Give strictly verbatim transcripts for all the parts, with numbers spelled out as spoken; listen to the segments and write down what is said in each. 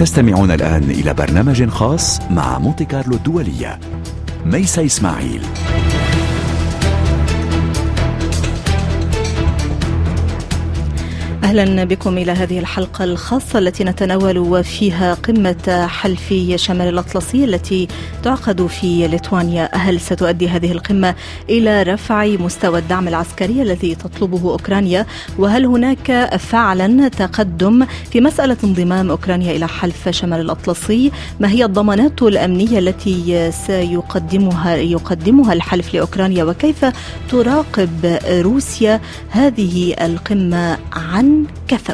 تستمعون الآن إلى برنامج خاص مع مونتي كارلو الدولية. ميسا إسماعيل. أهلا بكم إلى هذه الحلقة الخاصة التي نتناول فيها قمة حلف شمال الأطلسي التي تعقد في ليتوانيا. هل ستؤدي هذه القمة إلى رفع مستوى الدعم العسكري الذي تطلبه أوكرانيا؟ وهل هناك فعلا تقدم في مسألة انضمام أوكرانيا إلى حلف شمال الأطلسي؟ ما هي الضمانات الأمنية التي سيقدمها يقدمها الحلف لأوكرانيا؟ وكيف تراقب روسيا هذه القمة عن كثب؟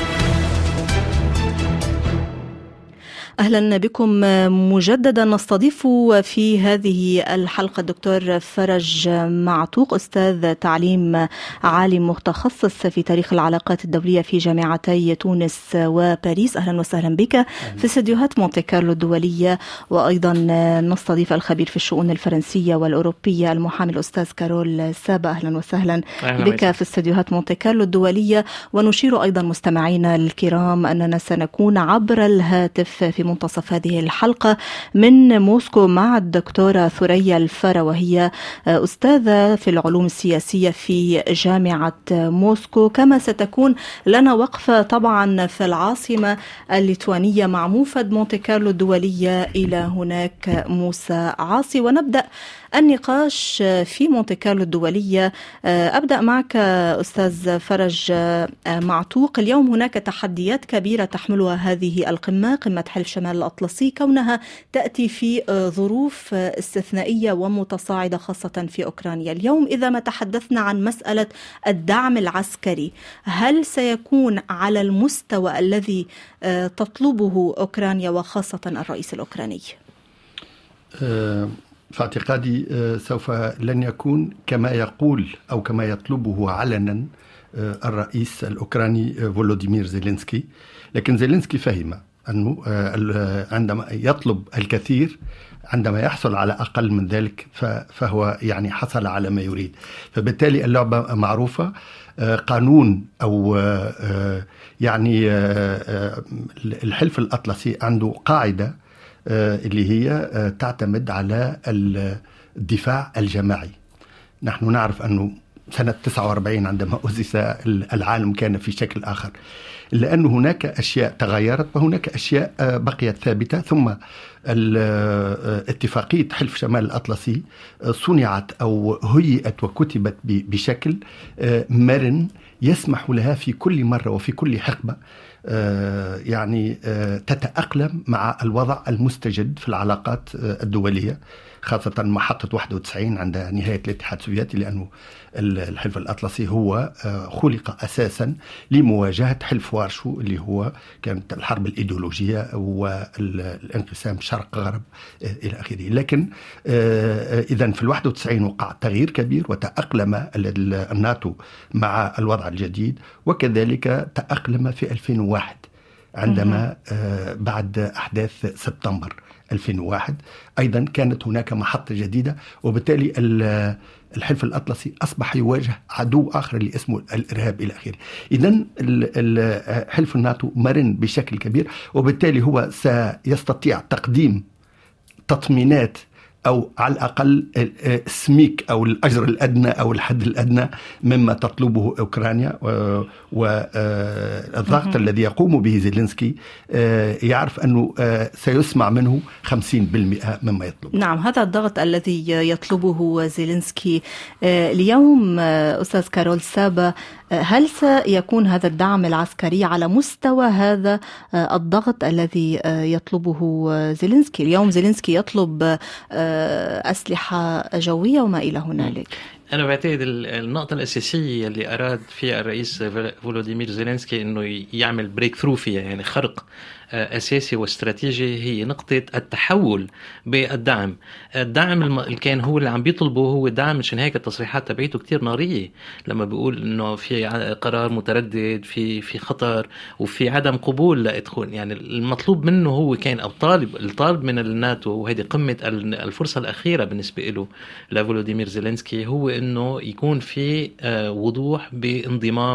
أهلا بكم مجددا. نستضيف في هذه الحلقة الدكتور فرج معتوق، أستاذ تعليم عالم متخصص في تاريخ العلاقات الدولية في جامعتي تونس وباريس. أهلا وسهلا بك أهلا. في استديوهات مونتي كارلو الدولية. وأيضا نستضيف الخبير في الشؤون الفرنسية والأوروبية المحامي الأستاذ كارول سابا. أهلا وسهلا أهلا بك ميسا. في استديوهات مونتي كارلو الدولية. ونشير أيضا مستمعينا الكرام أننا سنكون عبر الهاتف في منتصف هذه الحلقة من موسكو مع الدكتورة ثريا الفرا، وهي أستاذة في العلوم السياسية في جامعة موسكو. كما ستكون لنا وقفة طبعا في العاصمة الليتوانية مع موفد مونتي كارلو الدولية إلى هناك موسى عاصي. ونبدأ النقاش في مونتي كارلو الدولية. أبدأ معك أستاذ فرج معتوق. اليوم هناك تحديات كبيرة تحملها هذه القمة، قمة حلف شمال الأطلسي، كونها تأتي في ظروف استثنائية ومتصاعدة خاصة في أوكرانيا. اليوم إذا ما تحدثنا عن مسألة الدعم العسكري، هل سيكون على المستوى الذي تطلبه أوكرانيا وخاصة الرئيس الأوكراني؟ أه في اعتقادي سوف لن يكون كما يقول أو كما يطلبه علنا الرئيس الأوكراني فولوديمير زيلينسكي. لكن زيلينسكي فهم أنه عندما يطلب الكثير، عندما يحصل على أقل من ذلك فهو يعني حصل على ما يريد. فبالتالي اللعبة معروفة. قانون أو يعني الحلف الأطلسي عنده قاعدة اللي هي تعتمد على الدفاع الجماعي. نحن نعرف أنه سنة تسعة وأربعين عندما أسس العالم كان في شكل آخر، لأن هناك أشياء تغيرت وهناك أشياء بقيت ثابتة. ثم اتفاقية حلف شمال الأطلسي صنعت أو هيئت وكتبت بشكل مرن يسمح لها في كل مرة وفي كل حقبة يعني تتأقلم مع الوضع المستجد في العلاقات الدولية، خاصة محطة واحد وتسعين عند نهاية الاتحاد السوفيتي، لأنه الحلف الأطلسي هو خلق أساسا لمواجهة حلف وارشو اللي هو كانت الحرب الإيديولوجية والانقسام شرق غرب إلى آخره. لكن إذن في الواحد وتسعين وقع تغيير كبير وتأقلم الناتو مع الوضع الجديد، وكذلك تأقلم في ألفين وواحد عندما بعد أحداث سبتمبر ألفين وواحد أيضا كانت هناك محطة جديدة، وبالتالي الحلف الأطلسي أصبح يواجه عدو آخر اللي اسمه الإرهاب إلى آخره. إذن حلف الناتو مرن بشكل كبير، وبالتالي هو سيستطيع تقديم تطمينات أو على الأقل سميك أو الأجر الأدنى أو الحد الأدنى مما تطلبه أوكرانيا. والضغط الذي يقوم به زيلينسكي يعرف أنه سيسمع منه خمسين بالمئة مما يطلب. نعم، هذا الضغط الذي يطلبه زيلينسكي. اليوم أستاذ كارول سابا، هل سيكون هذا الدعم العسكري على مستوى هذا الضغط الذي يطلبه زيلينسكي؟ اليوم زيلينسكي يطلب أسلحة جوية وما إلى هنالك. أنا بعتقد النقطة الأساسية اللي أراد فيها الرئيس فولوديمير زيلينسكي إنه يعمل بريك ثرو فيها، يعني خرق أساسي واستراتيجي، هي نقطة التحول بالدعم. الدعم اللي كان هو اللي عم بيطلبه هو دعم، مشان هيك التصريحات تبعيته كتير نارية لما بيقول إنه في قرار متردد، في في خطر وفي عدم قبول لإدخال. يعني المطلوب منه هو كان أو طالب الطالب من الناتو، وهذه قمة الفرصة الأخيرة بالنسبة له لفولوديمير زيلينسكي، هو إنه يكون في وضوح بانضمام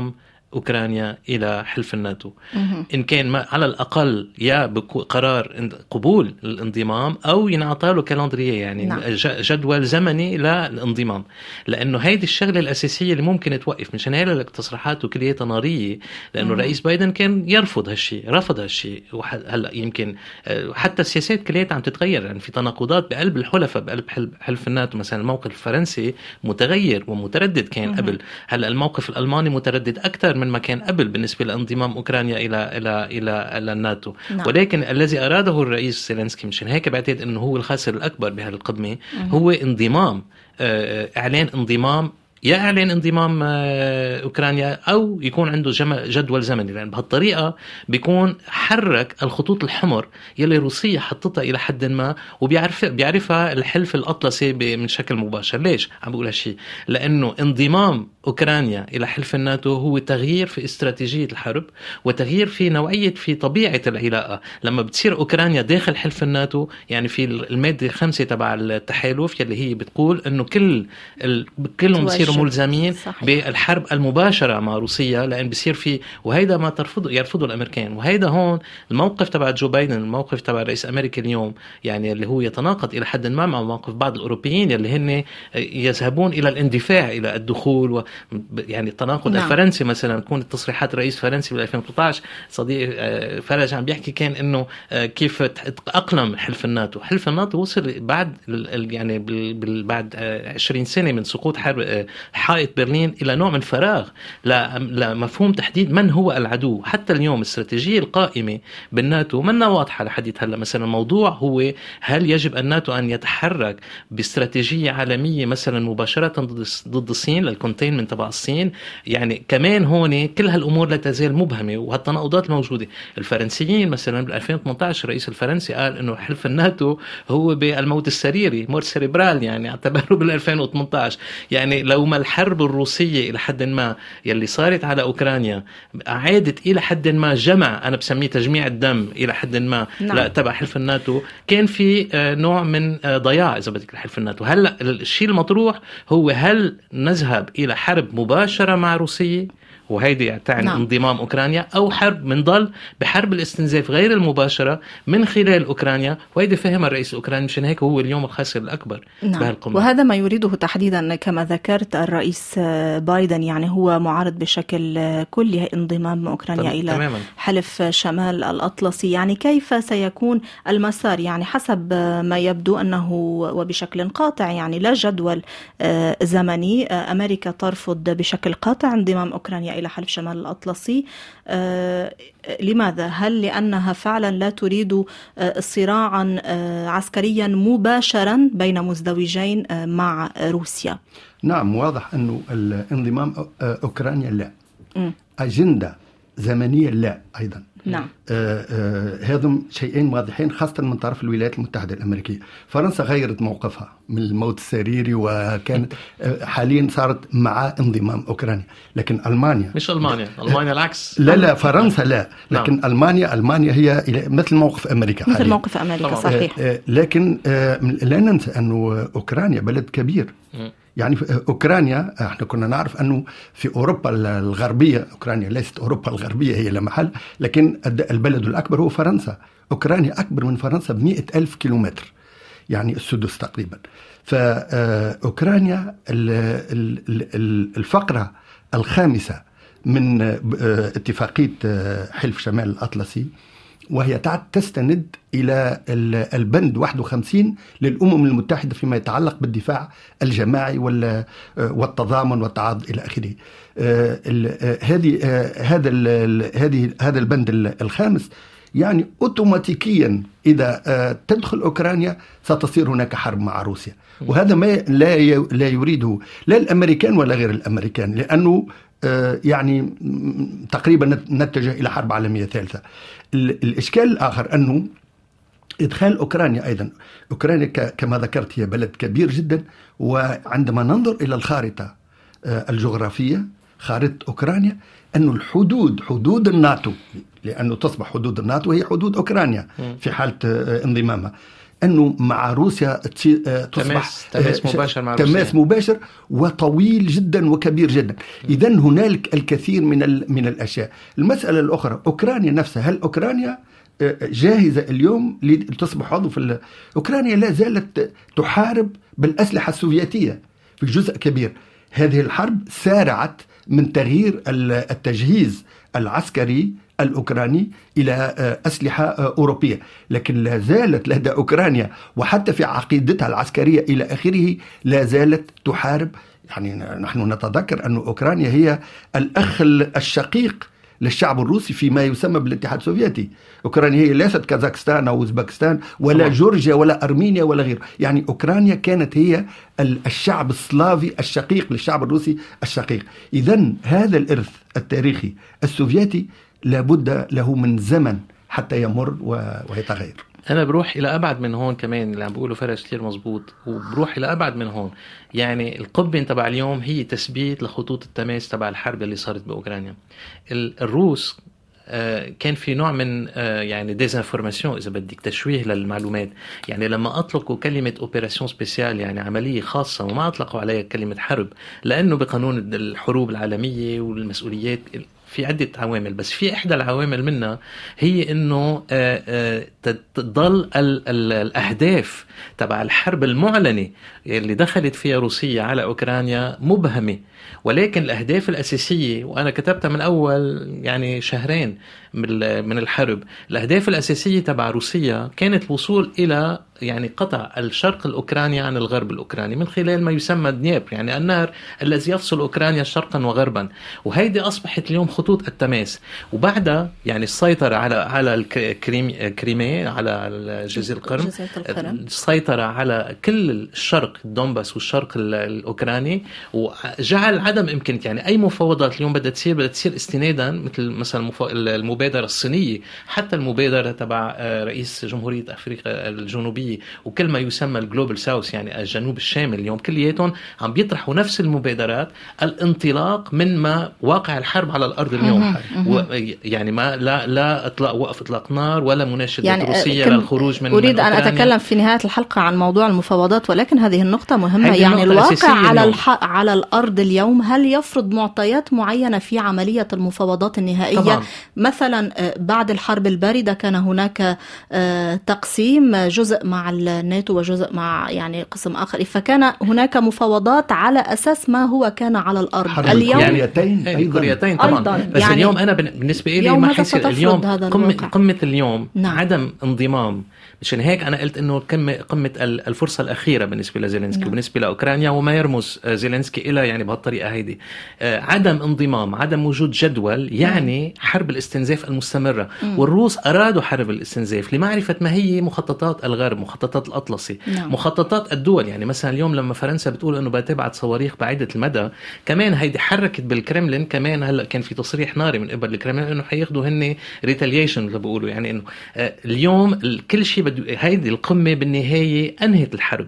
أوكرانيا إلى حلف الناتو. إن كان ما على الأقل يا بقرار قبول الانضمام أو ينعطى له كالندرية، يعني نعم. جدول زمني للانضمام، لأنه هيدي الشغلة الأساسية اللي ممكن توقف. مشان هيك التصريحات وكليتها نارية، لأنه الرئيس بايدن كان يرفض هالشيء، رفض هالشيء. وهلا يمكن حتى السياسات كليتها عم تتغير، يعني في تناقضات بقلب الحلفاء، بقلب حلف الناتو. مثلا الموقف الفرنسي متغير ومتردد كان قبل، هلا الموقف الألماني متردد أكثر من ما كان قبل بالنسبة لانضمام أوكرانيا إلى إلى إلى, إلى الناتو. نعم. ولكن الذي أراده الرئيس زيلينسكي، مشان هيك بعتقد إنه هو الخاسر الأكبر بهذه القضية، هو انضمام، إعلان انضمام، يا إعلان انضمام أوكرانيا أو يكون عنده جدول زمني، لأن بهالطريقة بيكون حرك الخطوط الحمر يلي روسيا حطتها إلى حد ما، وبيعرف بيعرفها الحلف الأطلسي من شكل مباشر. ليش عم بقول هالشيء؟ لأنه انضمام أوكرانيا إلى حلف الناتو هو تغيير في استراتيجية الحرب، وتغيير في نوعية في طبيعة العلاقة. لما بتصير أوكرانيا داخل حلف الناتو، يعني في المادة الخامسة تبع التحالف يلي هي بتقول إنه كل ال... كلهم يصيروا ملزمين صحيح. بالحرب المباشرة مع روسيا، لأن بصير في، وهيدا ما ترفض يرفضوا الأمريكان. وهيدا هون الموقف تبع جو بايدن، الموقف تبع الرئيس الأمريكي اليوم، يعني اللي هو يتناقض إلى حد ما مع موقف بعض الأوروبيين اللي هن يذهبون إلى الاندفاع إلى الدخول. و يعني التناقض نعم. الفرنسي مثلا، تكون التصريحات الرئيس الفرنسي بال ألفين وثلاثة عشر صديق فرج عم بيحكي كان إنه كيف تأقلم حلف الناتو. حلف الناتو وصل بعد يعني بعد عشرين سنة من سقوط حرب حائط برلين إلى نوع من فراغ لمفهوم تحديد من هو العدو. حتى اليوم الاستراتيجية القائمة بالناتو منا واضحة لحديث هلا. مثلا الموضوع هو هل يجب الناتو أن يتحرك باستراتيجية عالمية مثلا مباشرة ضد الصين للكونتينمنت تبع الصين؟ يعني كمان هون كل هالأمور لا تزال مبهمة، وهالتناقضات الموجودة. الفرنسيين مثلا بال ألفين وثمانية عشر الرئيس الفرنسي قال إنه حلف الناتو هو بالموت السريري، مور سيريبرال، يعني اعتبره بال ألفين وثمانية عشر. يعني لو ما الحرب الروسية إلى حد ما يلي صارت على أوكرانيا عادت إلى حد ما جمع، أنا بسميه تجميع الدم إلى حد ما نعم. لا تبع حلف الناتو، كان في نوع من ضياع إذا بدك لحلف الناتو. هلأ الشيء المطروح هو هل نذهب إلى حرب مباشرة مع روسيا، وهيدي تعني نعم. انضمام أوكرانيا، أو حرب منضل بحرب الاستنزاف غير المباشرة من خلال أوكرانيا. وهيدي فهم الرئيس الأوكراني، مشان هيك هو اليوم الخاسر الأكبر نعم. بهالقمة. وهذا ما يريده تحديدا كما ذكرت الرئيس بايدن، يعني هو معارض بشكل كلي انضمام أوكرانيا إلى تماما. حلف شمال الأطلسي. يعني كيف سيكون المسار؟ يعني حسب ما يبدو أنه وبشكل قاطع، يعني لا جدول زمني، أمريكا ترفض بشكل قاطع انضمام أوكرانيا إلى حلف شمال الأطلسي. آه، لماذا؟ هل لأنها فعلا لا تريد آه، صراعا آه، عسكريا مباشرا بين مزدوجين آه، مع روسيا؟ نعم، واضح أنه الانضمام أوكرانيا لا، م. أجندة زمنية لا أيضا. نعم. آه آه هذم شيئين واضحين خاصة من طرف الولايات المتحدة الأمريكية. فرنسا غيرت موقفها من الموت السريري، وكانت آه حاليا صارت مع انضمام أوكرانيا. لكن ألمانيا مش ألمانيا ألمانيا العكس. لا لا فرنسا لا، لكن نعم. ألمانيا ألمانيا هي مثل موقف أمريكا مثل حاليا. موقف أمريكا صحيح. آه آه لكن آه لا ننسى أنه أوكرانيا بلد كبير. م. يعني في أوكرانيا احنا كنا نعرف أنه في أوروبا الغربية، أوكرانيا ليست أوروبا الغربية هي لا محل، لكن البلد الأكبر هو فرنسا. أوكرانيا أكبر من فرنسا بمئة ألف كيلومتر، يعني السدس تقريبا. فأوكرانيا الفقرة الخامسة من اتفاقية حلف شمال الأطلسي، وهي تستند إلى البند واحد وخمسين للأمم المتحدة فيما يتعلق بالدفاع الجماعي والتضامن والتعاضد إلى آخره. هذه هذا هذه هذا البند الخامس يعني أوتوماتيكيا إذا تدخل أوكرانيا ستصير هناك حرب مع روسيا، وهذا ما لا لا يريده لا الأمريكان ولا غير الأمريكان، لأنه يعني تقريبا نتجه إلى حرب عالمية ثالثة. الإشكال الآخر أنه إدخال أوكرانيا أيضا، أوكرانيا كما ذكرت هي بلد كبير جدا، وعندما ننظر إلى الخارطة الجغرافية، خارطة أوكرانيا، أنه الحدود حدود الناتو، لأنه تصبح حدود الناتو هي حدود أوكرانيا في حالة انضمامها، أنه مع روسيا تصبح تماس مباشر مع روسيا، تماس مباشر وطويل جدا وكبير جدا. إذن هنالك الكثير من من الأشياء. المسألة الأخرى أوكرانيا نفسها، هل أوكرانيا جاهزة اليوم لتصبح عضو في أوكرانيا لا زالت تحارب بالأسلحة السوفيتية في جزء كبير. هذه الحرب سارعت من تغيير التجهيز العسكري الأوكراني إلى أسلحة أوروبية، لكن لا زالت لدى أوكرانيا وحتى في عقيدتها العسكرية إلى آخره لا زالت تحارب. يعني نحن نتذكر أن أوكرانيا هي الأخ الشقيق للشعب الروسي فيما يسمى بالاتحاد السوفيتي. أوكرانيا هي ليست كازاخستان أو أوزبكستان ولا طبعا. جورجيا ولا أرمينيا ولا غيره. يعني أوكرانيا كانت هي الشعب السلافي الشقيق للشعب الروسي الشقيق. إذن هذا الإرث التاريخي السوفيتي لابد له من زمن حتى يمر ويتغير. أنا بروح إلى أبعد من هون كمان، اللي عم بقوله فرج كتير مزبوط، وبروح إلى أبعد من هون. يعني القبة تبع اليوم هي تثبيت لخطوط التماس تبع الحرب اللي صارت بأوكرانيا. الروس كان في نوع من يعني ديزانفورماسيون إذا بدك، تشويه للمعلومات. يعني لما أطلقوا كلمة أوبراسيون سبيسيال يعني عملية خاصة وما أطلقوا عليها كلمة حرب، لأنه بقانون الحروب العالمية والمسؤوليات في عدة عوامل، بس في إحدى العوامل منها هي إنه تضل الأهداف تبع الحرب المعلنة اللي دخلت فيها روسيا على أوكرانيا مبهمة، ولكن الأهداف الأساسية، وأنا كتبتها من أول يعني شهرين من الحرب، الأهداف الأساسية تبع روسيا كانت الوصول إلى يعني قطع الشرق الأوكراني عن الغرب الأوكراني من خلال ما يسمى دنيبر، يعني النهر الذي يفصل أوكرانيا شرقا وغربا. وهيدي أصبحت اليوم خطوط التماس. وبعدها يعني السيطرة على على الكريمية، على جزيرة القرم، السيطرة على كل الشرق الدونباس والشرق الأوكراني، وجعل عدم إمكانية يعني أي مفاوضات اليوم بدها تصير بدها تصير استنادا مثل مثلا المبادرة الصينية، حتى المبادرة تبع رئيس جمهورية أفريقيا الجنوبية وكل ما يسمى الجلوبال ساوث يعني الجنوب الشامل. اليوم كلياتهم عم بيطرحوا نفس المبادرات، الانطلاق من ما واقع الحرب على الأرض اليوم. يعني ما لا لا اطلاق وقف اطلاق نار ولا مناشدة يعني روسية للخروج من أريد من أن أتكلم في نهاية الحلقة عن موضوع المفاوضات، ولكن هذه النقطة مهمة. يعني الواقع على الح... على الأرض اليوم هل يفرض معطيات معينة في عملية المفاوضات النهائية؟ طبعا. مثلا بعد الحرب الباردة كان هناك تقسيم، جزء مع الناتو وجزء مع يعني قسم آخر، فكان هناك مفاوضات على أساس ما هو كان على الأرض. اليوم كوريتين أيضا, أيضا طبعا أيضاً. بس يعني اليوم أنا بالنسبة لي ما حيصير اليوم قمة, قمة اليوم نعم. عدم انضمام. مشان هيك أنا قلت إنه قمة قمة الفرصة الأخيرة بالنسبة لزيلينسكي نعم. وبالنسبة لأوكرانيا وما يرمز زيلينسكي إلى يعني بهالطريقة هيدي عدم انضمام، عدم وجود جدول، يعني نعم. حرب الاستنزاف المستمرة. مم. والروس أرادوا حرب الاستنزاف لمعرفة ما هي مخططات الغرب، مخططات الأطلسي نعم. مخططات الدول. يعني مثلا اليوم لما فرنسا بتقول إنه بتبعت صواريخ بعيدة المدى، كمان هيدي حركت بالكرملين. كمان هلا كان في تصريح ناري من قبل الكرملين إنه حياخدوا هن ريتاليشن اللي بيقولوا، يعني إنه اليوم كل شيء بده. هيدي القمة بالنهاية أنهت الحرب،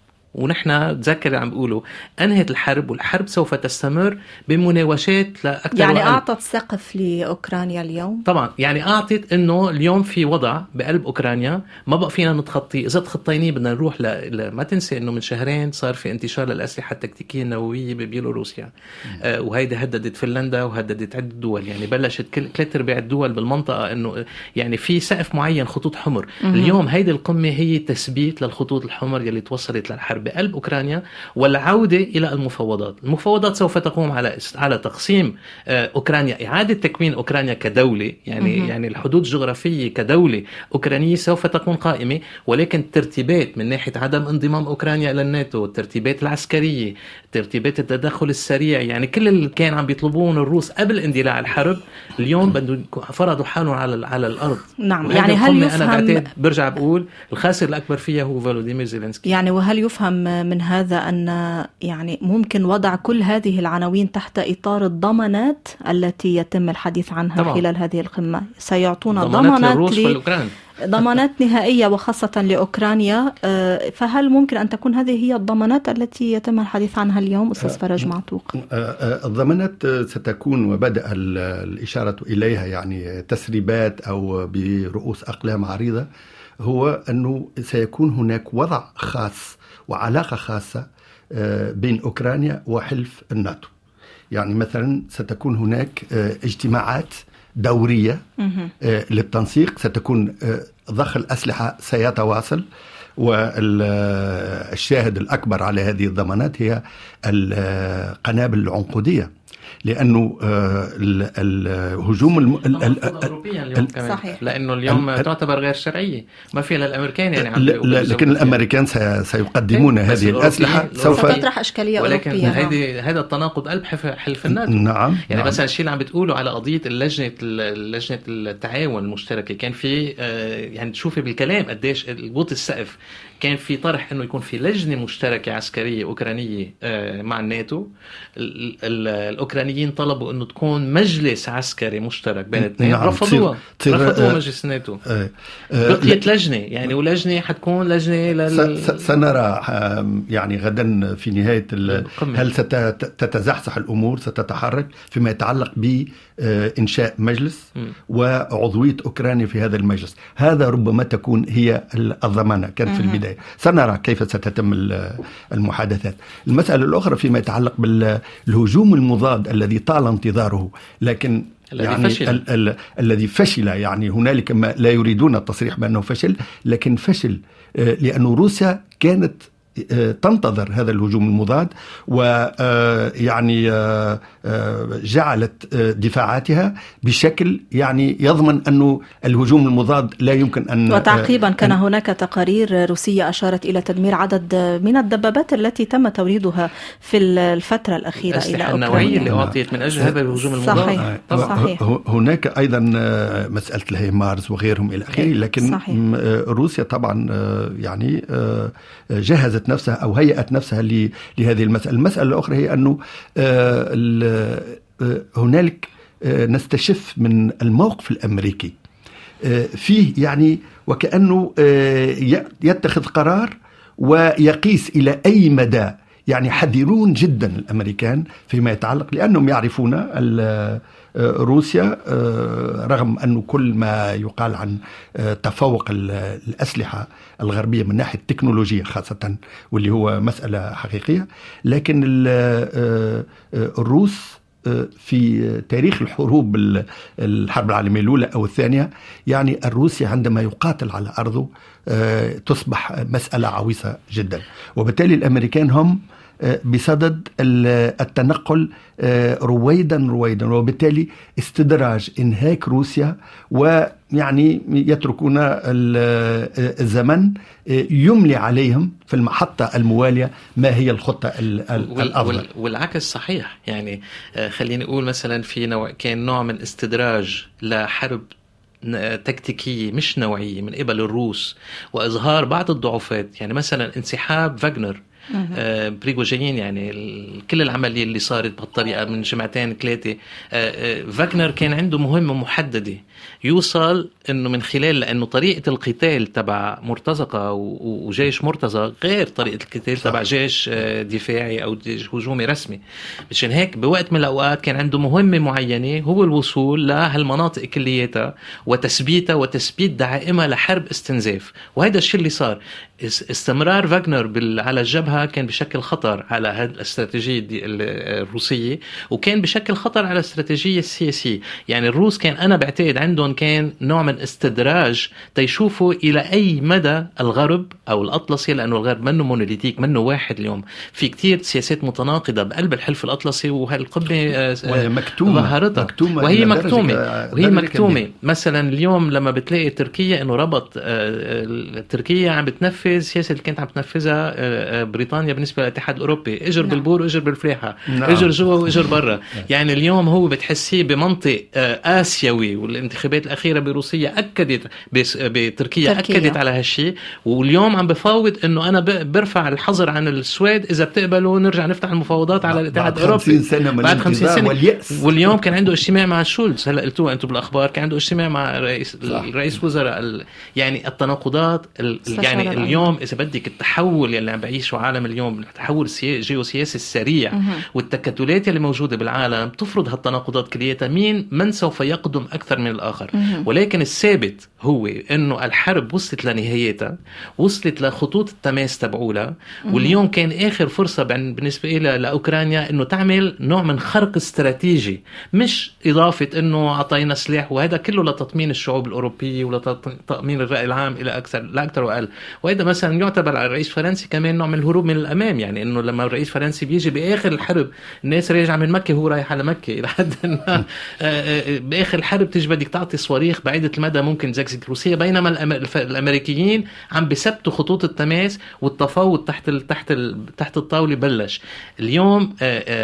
ونحن تذكر عم بيقولوا أنهت الحرب، والحرب سوف تستمر بمناوشات لأكثر. يعني وقت. أعطت سقف لأوكرانيا اليوم طبعا، يعني أعطت إنه اليوم في وضع بقلب أوكرانيا ما بقى فينا نتخطي. إذا تخطينيه بدنا نروح ل... ل... ما تنسي إنه من شهرين صار في انتشار للأسلحة التكتيكية النووية ببيلاروسيا، آه وهيدا هددت فنلندا وهددت عدة دول. يعني بلشت كل ثلاث أرباع الدول بالمنطقة إنه يعني في سقف معين، خطوط حمر. م- اليوم هيدي القمة هي تثبيت للخطوط الحمر يلي توصلت للحرب بقلب أوكرانيا والعودة إلى المفاوضات. المفاوضات سوف تقوم على على تقسيم أوكرانيا، إعادة تكوين أوكرانيا كدولة، يعني م- يعني الحدود الجغرافية كدولة أوكرانية سوف تكون قائمة، ولكن الترتيبات من ناحية عدم انضمام أوكرانيا إلى الناتو، الترتيبات العسكرية، ترتيبات التدخل السريع، يعني كل اللي كان عم بيطلبون الروس قبل اندلاع الحرب اليوم بدهم فرضوا حالهم على على الأرض. نعم. يعني هل يفهم، أنا بعتقد برجع بقول الخاسر الأكبر فيها هو فولوديمير زيلينسكي. يعني وهل يفهم من هذا أن يعني ممكن وضع كل هذه العناوين تحت إطار الضمانات التي يتم الحديث عنها طبعا. خلال هذه القمة سيعطونا ضمانات ل... ضمانات نهائية وخاصة لأوكرانيا، فهل ممكن أن تكون هذه هي الضمانات التي يتم الحديث عنها اليوم أستاذ فرج معتوق؟ الضمانات ستكون وبدأ الإشارة إليها يعني تسريبات أو برؤوس أقلام عريضة هو أنه سيكون هناك وضع خاص وعلاقة خاصة بين أوكرانيا وحلف الناتو. يعني مثلا ستكون هناك اجتماعات دورية للتنسيق، ستكون ضخ الأسلحة سيتواصل، والشاهد الأكبر على هذه الضمانات هي القنابل العنقودية، لأنه الهجوم الم... الأوروبية اليوم كمان، صحيح. لأنه اليوم ال... تعتبر غير شرعية، ما فيها للأمريكان يعني عم لا، لكن الأمريكان سيقدمون هذه الأسلحة، سوف تطرح أشكالية ولكن أوروبية. هذا هذا التناقض قلب حلف الناتو. نعم. يعني نعم. مثلا الشيء اللي عم بتقوله على قضية اللجنة لجنة التعاون المشتركة، كان في يعني تشوفي بالكلام قديش البوط السقف، كان في طرح انه يكون في لجنه مشتركه عسكريه اوكرانيه مع الناتو. الاوكرانيين طلبوا انه تكون مجلس عسكري مشترك بين الاثنين، نعم. رفضوها رفضوا آه مجلس الناتو. آه آه بقيت لجنه يعني، ولجنه حتكون لجنه لل... سنرى يعني غدا في نهايه هل ستتزحزح الامور، ستتحرك فيما يتعلق بانشاء مجلس م. وعضويه اوكرانيا في هذا المجلس. هذا ربما تكون هي الضمانه، كانت في البدايه. سنرى كيف ستتم المحادثات. المسألة الأخرى فيما يتعلق بالهجوم المضاد الذي طال انتظاره، لكن يعني فشل. ال- ال- الذي فشل، يعني هنالك ما لا يريدون التصريح بأنه فشل، لكن فشل لأن روسيا كانت تنتظر هذا الهجوم المضاد، ويعني جعلت دفاعاتها بشكل يعني يضمن أنه الهجوم المضاد لا يمكن أن. وتعقيبا كان هناك تقارير روسية أشارت إلى تدمير عدد من الدبابات التي تم توريدها في الفترة الأخيرة إلى أوكرانيا. النوعية اللي أعطيت من أجل هذا الهجوم المضاد. صحيح. صحيح. هناك أيضا مسألة الهيمارس وغيرهم إلى آخره، لكن صحيح. روسيا طبعا يعني جهزت نفسها أو هيئت نفسها لهذه المسألة. المسألة الأخرى هي أنه هنالك نستشف من الموقف الأمريكي فيه يعني وكأنه يتخذ قرار ويقيس إلى أي مدى، يعني حذرون جدا الأمريكان فيما يتعلق، لأنهم يعرفون روسيا رغم أنه كل ما يقال عن تفوق الأسلحة الغربية من ناحية التكنولوجيا خاصة، واللي هو مسألة حقيقية، لكن الروس في تاريخ الحروب الحرب العالمية الأولى أو الثانية، يعني الروسي عندما يقاتل على أرضه تصبح مسألة عويصة جدا، وبالتالي الأمريكان هم بصدد التنقل رويدا رويدا، وبالتالي استدراج إنهاك روسيا، ويعني يتركون الزمن يملي عليهم في المحطة الموالية ما هي الخطة الأفضل. والعكس صحيح، يعني خليني أقول مثلا في نوع كان نوع من استدراج لحرب تكتيكية مش نوعية من قبل الروس، وإظهار بعض الضعفات، يعني مثلا انسحاب فاغنر آه بريغوجين، يعني كل العملية اللي صارت بهالطريقة من جمعتين ثلاثة. آه فاغنر كان عنده مهمة محددة يوصل انه من خلال، لانه طريقة القتال تبع مرتزقة وجيش مرتزق غير طريقة القتال تبع جيش آه دفاعي او جيش هجومي رسمي. مشان هيك بوقت من الاوقات كان عنده مهمة معينة، هو الوصول لهالمناطق كلياتها وتثبيتها وتثبيت دعائمها لحرب استنزاف. وهذا الشيء اللي صار. استمرار فاغنر على الجبهة كان بشكل خطر على هذه الاستراتيجية الروسية، وكان بشكل خطر على الاستراتيجية السياسية. يعني الروس كان أنا بعتقد عندهم كان نوع من استدراج تيشوفوا إلى أي مدى الغرب أو الأطلسي، لأنه الغرب منه مونوليتيك، منه واحد. اليوم في كتير سياسات متناقضة بقلب الحلف الأطلسي، وهالقبة ظهرتها وهي مكتومة وهي مكتومة. مثلا اليوم لما بتلاقي تركيا إنه ربط تركيا عم بتنفذ سياسة اللي كانت عم تنفذها بريطانيا بالنسبة للاتحاد الأوروبي، اجر بالبور واجر بالفلاحة، اجر جوا واجر برا. يعني اليوم هو بتحسيه بمنطق آسيوي، والانتخابات الأخيرة بروسيا أكدت بتركيا أكدت على هالشيء. واليوم عم بفاوض إنه أنا برفع الحظر عن السويد إذا بتقبلوا نرجع نفتح المفاوضات على الاتحاد الأوروبي بعد خمسين سنة. واليأس. واليوم كان عنده اجتماع مع شولز، هلا قلتوها أنتم بالأخبار، كان عنده اجتماع مع رئيس رئيس وزراء. يعني التناقضات يعني اليوم إذا بدك التحول اللي عم بعيشه عالم العالم اليوم، التحول الجيوسياسي السريع والتكتلات اللي موجودة بالعالم تفرض هالتناقضات كليتها. مين من سوف يقدم أكثر من الآخر؟ ولكن الثابت هو إنه الحرب وصلت لنهايتها، وصلت لخطوط التماس تبعولها، واليوم كان آخر فرصة بالنسبة إلى لأوكرانيا إنه تعمل نوع من خرق استراتيجي، مش إضافة إنه عطينا سلاح، وهذا كله لتطمين الشعوب الأوروبية ولتطمين الرأي العام إلى أكثر لا أكثر وأقل. وهذا مثلا يعتبر على الرئيس الفرنسي كمان نوع من الهروب من الأمام، يعني إنه لما الرئيس الفرنسي بيجي بآخر الحرب الناس راجعة من مكة هو رايح على مكة، إلى حد ما بآخر الحرب تيجي بدك تعطي صواريخ بعيدة المدى ممكن تزكزك روسيا، بينما الأمريكيين عم بثبتوا خطوط التماس والتفاوض تحت ال تحت ال تحت الطاولة بلش. اليوم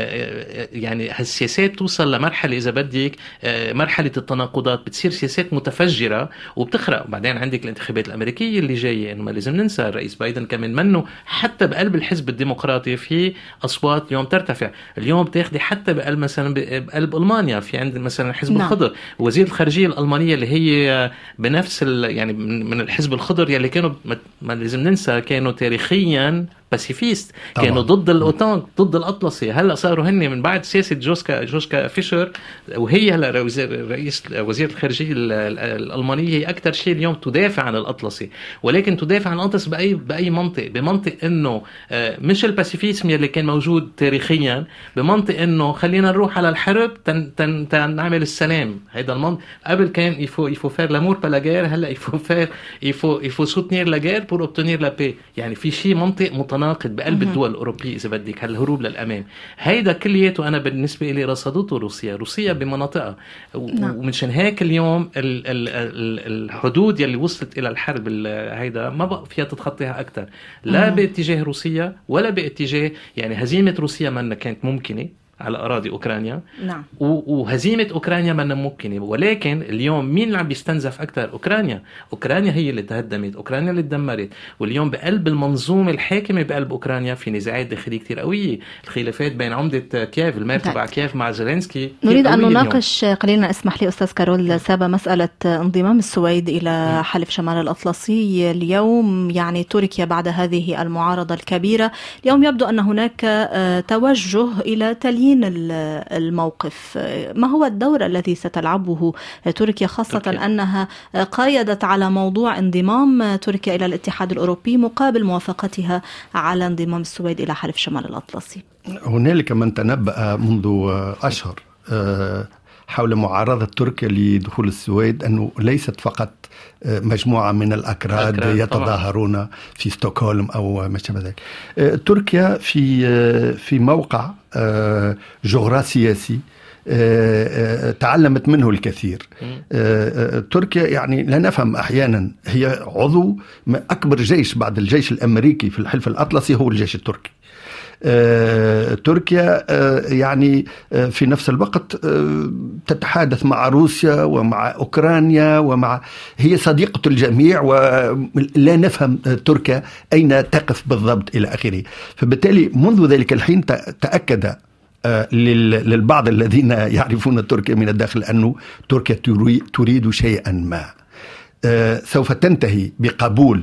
يعني هالسياسات توصل لمرحلة إذا بدك مرحلة التناقضات، بتصير سياسات متفجرة وبتخرق. وبعدين عندك الانتخابات الأمريكية اللي جاية، إنه ما لازم ننسى الرئيس بايدن كمان منه حتى بقلب الحزب الديمقراطي في أصوات اليوم ترتفع. اليوم تاخدي حتى بقلب مثلا بقلب ألمانيا في عند مثلا الحزب نعم. الخضر، وزير الخارجية الألمانية اللي هي بنفس يعني من الحزب الخضر يلي كانوا ما لازم ننسى كانوا تاريخيا باسيفيست، كانوا ضد الأوتان ضد الأطلسي. هلا صاروا هن من بعد سياسة جوشكا جوشكا فيشر، وهي هلا رئيس وزير الخارجية الألمانية هي أكثر شيء اليوم تدافع عن الأطلسي، ولكن تدافع عن الأطلس بأي بأي منطق؟ بمنطق إنه مش الباسيفيسم اللي كان موجود تاريخيا، بمنطق إنه خلينا نروح على الحرب تن تن تن نعمل السلام. هذا المنطق. قبل كان يفو يفو فير لامور بالاجير، هلا يفو فير يفو يفو سوتنير لاجير بور اوبتونير لا بي. يعني في شيء منطق متناقض بقلب الدول الأوروبية إذا بدك، هالهروب للأمام. هيدا كلياته أنا بالنسبة إلي رصدته روسيا روسيا بمناطقها، ومنشان هيك اليوم ال ال ال الحدود يلي وصلت إلى الحرب هيدا ما بقى فيها تتخطيها أكتر، لا باتجاه روسيا ولا باتجاه يعني هزيمة روسيا ما كانت ممكنة على أراضي أوكرانيا. نعم. وهزيمة أوكرانيا ما ممكنة، ولكن اليوم مين اللي عم بيستنزف أكتر؟ أوكرانيا. أوكرانيا هي اللي تهدمت، أوكرانيا اللي تدمرت. واليوم بقلب المنظومة الحاكمة بقلب أوكرانيا في نزاعات داخلية كتير قوية. الخلافات بين عمدة كييف المير تبع كييف مع زيلينسكي. نريد أن نناقش قليلا، اسمح لي أستاذ كارول سابا، مسألة انضمام السويد إلى حلف شمال الأطلسي اليوم. يعني تركيا بعد هذه المعارضة الكبيرة اليوم يبدو أن هناك توجه إلى تليين الموقف. ما هو الدور الذي ستلعبه تركيا، خاصة تركيا. أنها قايدت على موضوع انضمام تركيا إلى الاتحاد الأوروبي مقابل موافقتها على انضمام السويد إلى حلف شمال الأطلسي؟ هنالك من تنبأ منذ أشهر حول معارضة تركيا لدخول السويد أنه ليست فقط مجموعة من الأكراد يتظاهرون طبعا في ستوكهولم أو ما شابه ذلك. تركيا في في موقع جغرافي سياسي تعلمت منه الكثير. تركيا يعني لا نفهم أحيانا، هي عضو أكبر جيش بعد الجيش الأمريكي في الحلف الأطلسي هو الجيش التركي. آه، تركيا آه، يعني آه، في نفس الوقت آه، تتحادث مع روسيا ومع أوكرانيا، ومع هي صديقة الجميع، ولا نفهم آه، تركيا أين تقف بالضبط إلى آخره. فبالتالي منذ ذلك الحين تأكد آه، للبعض الذين يعرفون تركيا من الداخل أنه تركيا تريد شيئا ما. آه، سوف تنتهي بقبول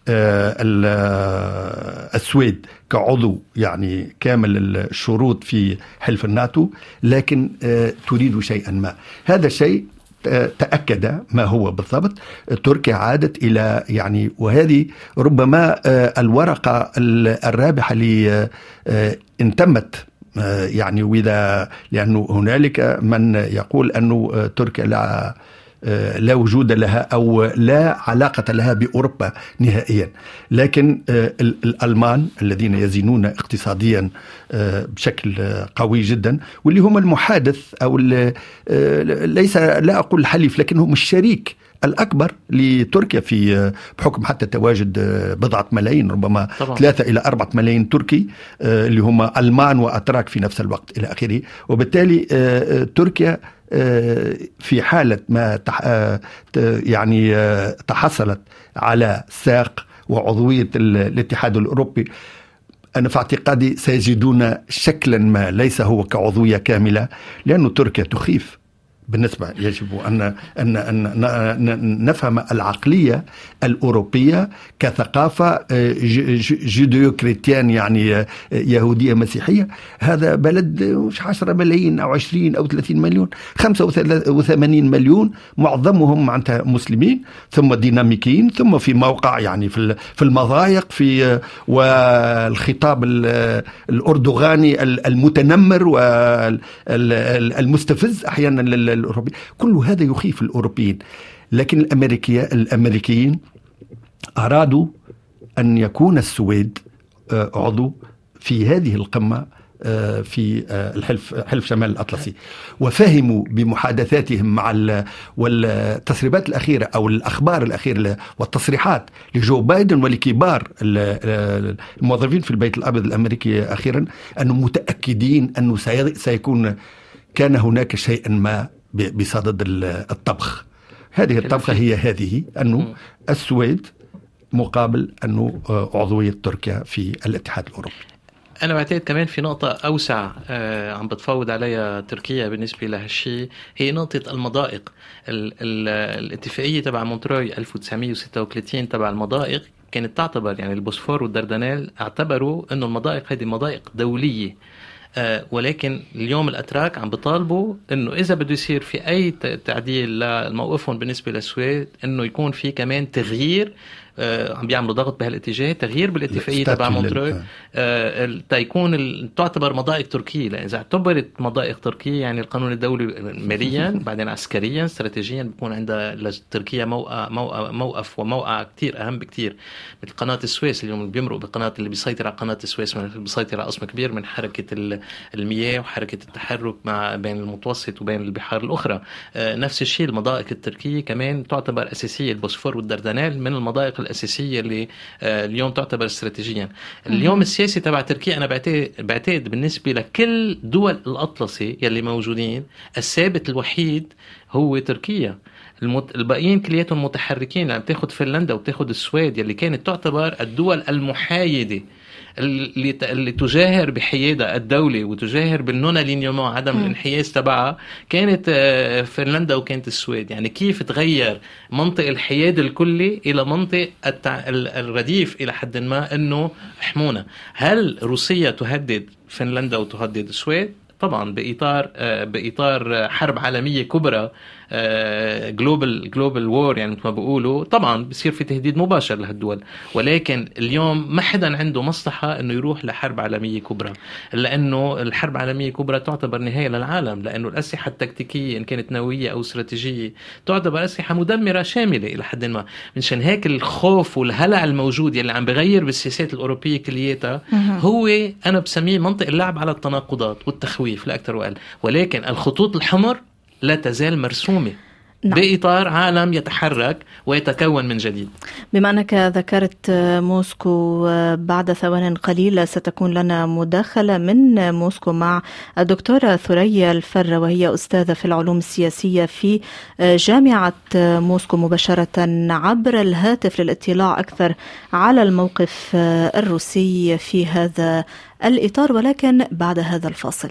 السويد كعضو يعني كامل الشروط في حلف الناتو، لكن تريد شيئا ما. هذا الشيء تأكد ما هو بالضبط. تركيا عادت إلى يعني، وهذه ربما الورقة الرابحة اللي إن تمت يعني، وإذا لأنه هنالك من يقول أنه تركيا لا لا وجود لها أو لا علاقة لها بأوروبا نهائيا، لكن الألمان الذين يزنون اقتصاديا بشكل قوي جدا، واللي هم المحادث أو ليس لا أقول الحليف لكنهم الشريك الأكبر لتركيا في بحكم حتى تواجد بضعة ملايين، ربما طبعا. ثلاثة إلى أربعة ملايين تركي اللي هم ألمان وأتراك في نفس الوقت إلى آخره. وبالتالي تركيا في حالة ما يعني تحصلت على ساق وعضوية الاتحاد الأوروبي، أنا في اعتقادي سيجدون شكلا ما، ليس هو كعضوية كاملة، لأن تركيا تخيف بالنسبة يجب أن أن أن نفهم العقلية الأوروبية كثقافة جوديو كريستيان، يعني يهودية مسيحية. هذا بلد مش عشرة ملايين أو عشرين أو ثلاثين مليون، خمسة وثمانين مليون معظمهم معناتها مسلمين، ثم ديناميكيين، ثم في موقع يعني في في المضايق، في والخطاب الأردوغاني المتنمر والمستفز أحيانا الأوروبي. كل هذا يخيف الأوروبيين. لكن الأمريكية الأمريكيين أرادوا أن يكون السويد عضو في هذه القمة في الحلف حلف شمال الأطلسي، وفهموا بمحادثاتهم مع والتسريبات الأخيرة أو الأخبار الأخيرة والتصريحات لجو بايدن ولكبار الموظفين في البيت الأبيض الأمريكي أخيرا أنهم متأكدين أنه سيكون كان هناك شيئا ما بصدد الطبخ. هذه الطبخة هي هذه، أنه السويد مقابل أنه عضوية تركيا في الاتحاد الأوروبي. أنا بعتقد كمان في نقطة أوسع آه عم بتفاوض عليها تركيا بالنسبة لهالشيء، هي نقطة المضائق. ال ال الاتفاقية تبع مونتروي ألف وتسعمية وستة وثلاثين تبع المضائق كانت تعتبر، يعني البوسفور والدردنيل اعتبروا أنه المضائق هذه مضائق دولية. آه ولكن اليوم الأتراك عم بيطالبوا أنه إذا بده يصير في أي تعديل لموقفهم بالنسبة للسويد أنه يكون في كمان تغيير. آه عم بيعملوا ضغط بهالاتجاه، تغيير بالاتفاقيه تبع مونتريو آه تيكون تعتبر مضائق تركيه، لان اذا اعتبرت مضائق تركيه يعني القانون الدولي ماليا بعدين عسكريا استراتيجيا بيكون عندها لتركيا موقع موقع موقف وموقع كتير اهم بكتير. مثل قناه السويس اليوم بيمرق بقناه اللي بيسيطر على قناه السويس، بيسيطر على قسم كبير من حركه المياه وحركه التحرك مع بين المتوسط وبين البحار الاخرى. آه نفس الشيء المضائق التركيه كمان تعتبر اساسيه، البوسفور والدردنيل من المضائق الأساسية اللي اليوم تعتبر استراتيجيا. اليوم السياسي تبع تركيا أنا بعتقد بعتقد بالنسبة لكل دول الأطلسي يلي موجودين الثابت الوحيد هو تركيا. المت... الباقيين كلياتهم متحركين، يعني بتاخد فنلندا وبتاخد السويد يلي كانت تعتبر الدول المحايدة اللي اللي تجاهر بحيادة الدولة وتجاهر بالنون لينيومون عدم الانحياز تبعها، كانت فنلندا وكانت السويد. يعني كيف تغير منطق الحياد الكلي إلى منطق التع... الرديف إلى حد ما أنه حمونا. هل روسيا تهدد فنلندا وتهدد السويد؟ طبعا بإطار بإطار حرب عالمية كبرى، جلوبال جلوبال وور يعني مثل ما بيقولوا، طبعا بصير في تهديد مباشر لهالدول. ولكن اليوم ما حدا عنده مصلحة انه يروح لحرب عالمية كبرى، لانه الحرب عالمية كبرى تعتبر نهاية للعالم، لانه الأسلحة التكتيكية ان كانت نووية او استراتيجية تعتبر أسلحة مدمرة شاملة الى حد ما. منشان هيك الخوف والهلع الموجود يلي عم بغير بالسياسات الأوروبية كلياتها هو انا بسميه منطق اللعب على التناقضات والتخويف لا اكثر واقل. ولكن الخطوط الحمر لا تزال مرسومة. نعم. بإطار عالم يتحرك ويتكون من جديد. بما أنك ذكرت موسكو، بعد ثوان قليلة ستكون لنا مداخلة من موسكو مع الدكتورة ثريا الفرة، وهي أستاذة في العلوم السياسية في جامعة موسكو، مباشرة عبر الهاتف للاطلاع أكثر على الموقف الروسي في هذا الإطار، ولكن بعد هذا الفاصل.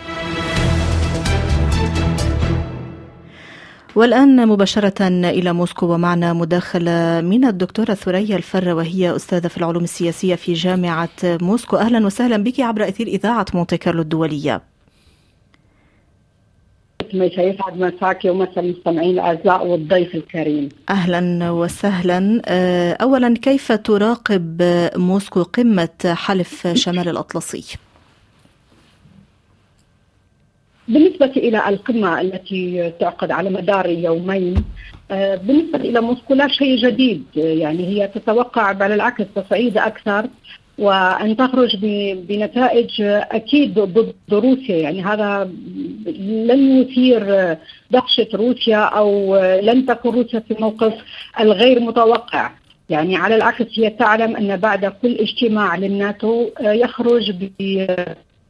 والآن مباشرة إلى موسكو ومعنا مداخلة من الدكتورة ثريا الفرة، وهي أستاذة في العلوم السياسية في جامعة موسكو. أهلا وسهلا بك عبر أثير إذاعة مونتي كارلو الدولية. يسعد مساك ومسا المستمعين الأعزاء والضيف الكريم. أهلا وسهلا. أولا، كيف تراقب موسكو قمة حلف شمال الأطلسي؟ بالنسبة إلى القمة التي تعقد على مدار يومين، بالنسبة إلى موسكو لا شيء جديد، يعني هي تتوقع بل العكس تصعيد أكثر وأن تخرج بنتائج أكيد ضد روسيا. يعني هذا لن يثير دهشة روسيا أو لن تكون روسيا في موقف الغير متوقع. يعني على العكس هي تعلم أن بعد كل اجتماع للناتو يخرج ب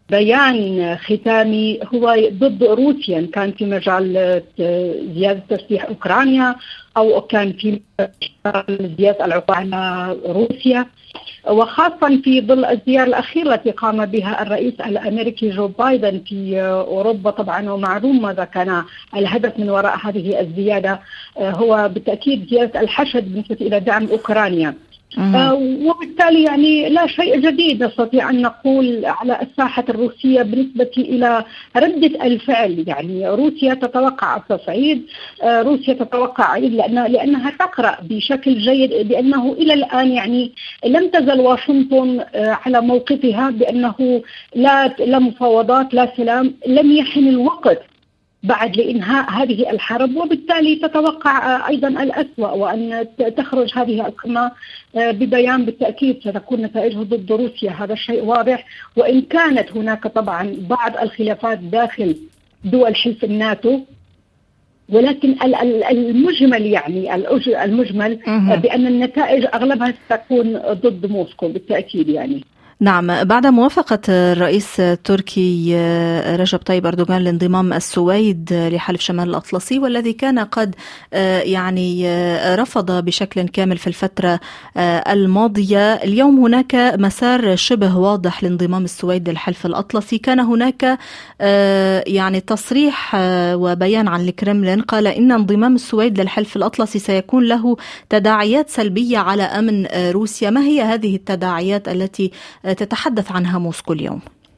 بيان ختامي هو ضد روسيا، كان في مجال زيادة تسليح أوكرانيا أو كان في زيادة العقوبة على روسيا، وخاصة في ظل الزيارة الأخيرة التي قام بها الرئيس الأمريكي جو بايدن في أوروبا. طبعا ومعلوم ماذا كان الهدف من وراء هذه الزيادة، هو بالتأكيد زيادة الحشد بالنسبة إلى دعم أوكرانيا. آه وبالتالي يعني لا شيء جديد نستطيع أن نقول على الساحة الروسية بالنسبة إلى ردة الفعل. يعني روسيا تتوقع التصعيد، آه روسيا تتوقع لأن لأنها تقرأ بشكل جيد بأنه إلى الآن يعني لم تزل واشنطن آه على موقفها بأنه لا لا مفاوضات لا سلام، لم يحن الوقت بعد لإنهاء هذه الحرب، وبالتالي تتوقع أيضا الأسوأ وأن تخرج هذه القمة ببيان بالتأكيد ستكون نتائجه ضد روسيا. هذا الشيء واضح، وإن كانت هناك طبعا بعض الخلافات داخل دول حلف الناتو، ولكن المجمل يعني المجمل بأن النتائج أغلبها ستكون ضد موسكو بالتأكيد. يعني نعم، بعد موافقة الرئيس التركي رجب طيب أردوغان لانضمام السويد لحلف شمال الأطلسي، والذي كان قد يعني رفض بشكل كامل في الفترة الماضية، اليوم هناك مسار شبه واضح لانضمام السويد للحلف الأطلسي. كان هناك يعني تصريح وبيان عن الكرملين قال إن انضمام السويد للحلف الأطلسي سيكون له تداعيات سلبية على أمن روسيا. ما هي هذه التداعيات التي تتحدث عنها موسكو اليوم؟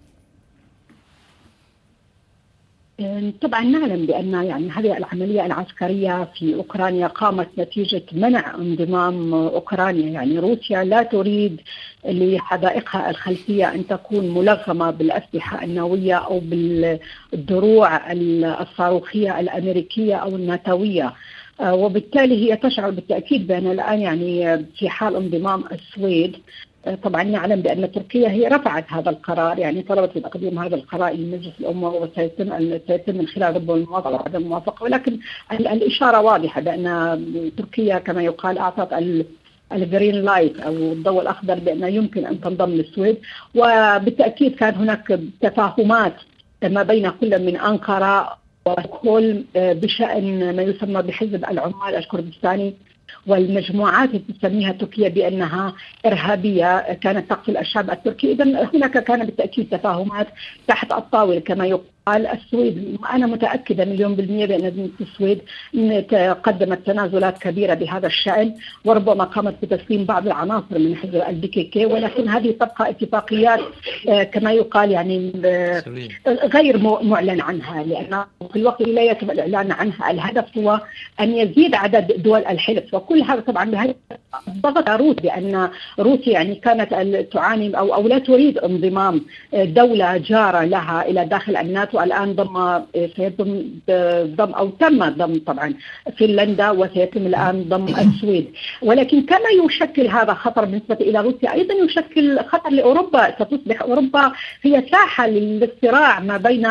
طبعا نعلم بأن يعني هذه العملية العسكرية في أوكرانيا قامت نتيجة منع انضمام أوكرانيا. يعني روسيا لا تريد لحدائقها الخلفية أن تكون ملغمة بالأسلحة النووية أو بالدروع الصاروخية الأمريكية أو الناتوية، وبالتالي هي تشعر بالتأكيد بأن الآن يعني في حال انضمام السويد. طبعا نعلم بأن تركيا هي رفعت هذا القرار، يعني طلبت بتقديم هذا القرار لمجلس الأمة وسيتم سيتم من خلال رب الموافقة وعدم الموافقة، ولكن الإشارة واضحة بأن تركيا كما يقال أعطت الجرين لايت أو الضوء الأخضر بأن يمكن أن تنضم للسويد. وبالتأكيد كان هناك تفاهمات ما بين كل من أنقرة وكل بشأن ما يسمى بحزب العمال الكردستاني والمجموعات التي تسميها تركيا بأنها إرهابية كانت تقتل الشعب التركي. إذن هناك كان بالتأكيد تفاهمات تحت الطاولة كما يقال. السويد أنا متأكدة مليون بالمية بأن السويد قدمت تنازلات كبيرة بهذا الشأن، وربما قامت بتسليم بعض العناصر من حزب البي كي كي، ولكن هذه تبقى اتفاقيات كما يقال يعني غير معلن عنها، لأن في الوقت لا يتم الإعلان عنها. الهدف هو أن يزيد عدد دول الحلف، وكل هذا طبعا بهذا ضغط روسيا بأن روسيا يعني كانت تعاني أو أو لا تريد انضمام دولة جارة لها إلى داخل الناتو. الآن ضم سيتم ضم أو تم ضم طبعا فنلندا، وسيتم الآن ضم السويد، ولكن كما يشكل هذا خطر بالنسبة إلى روسيا أيضا يشكل خطر لأوروبا. ستصبح أوروبا هي ساحة للصراع ما بين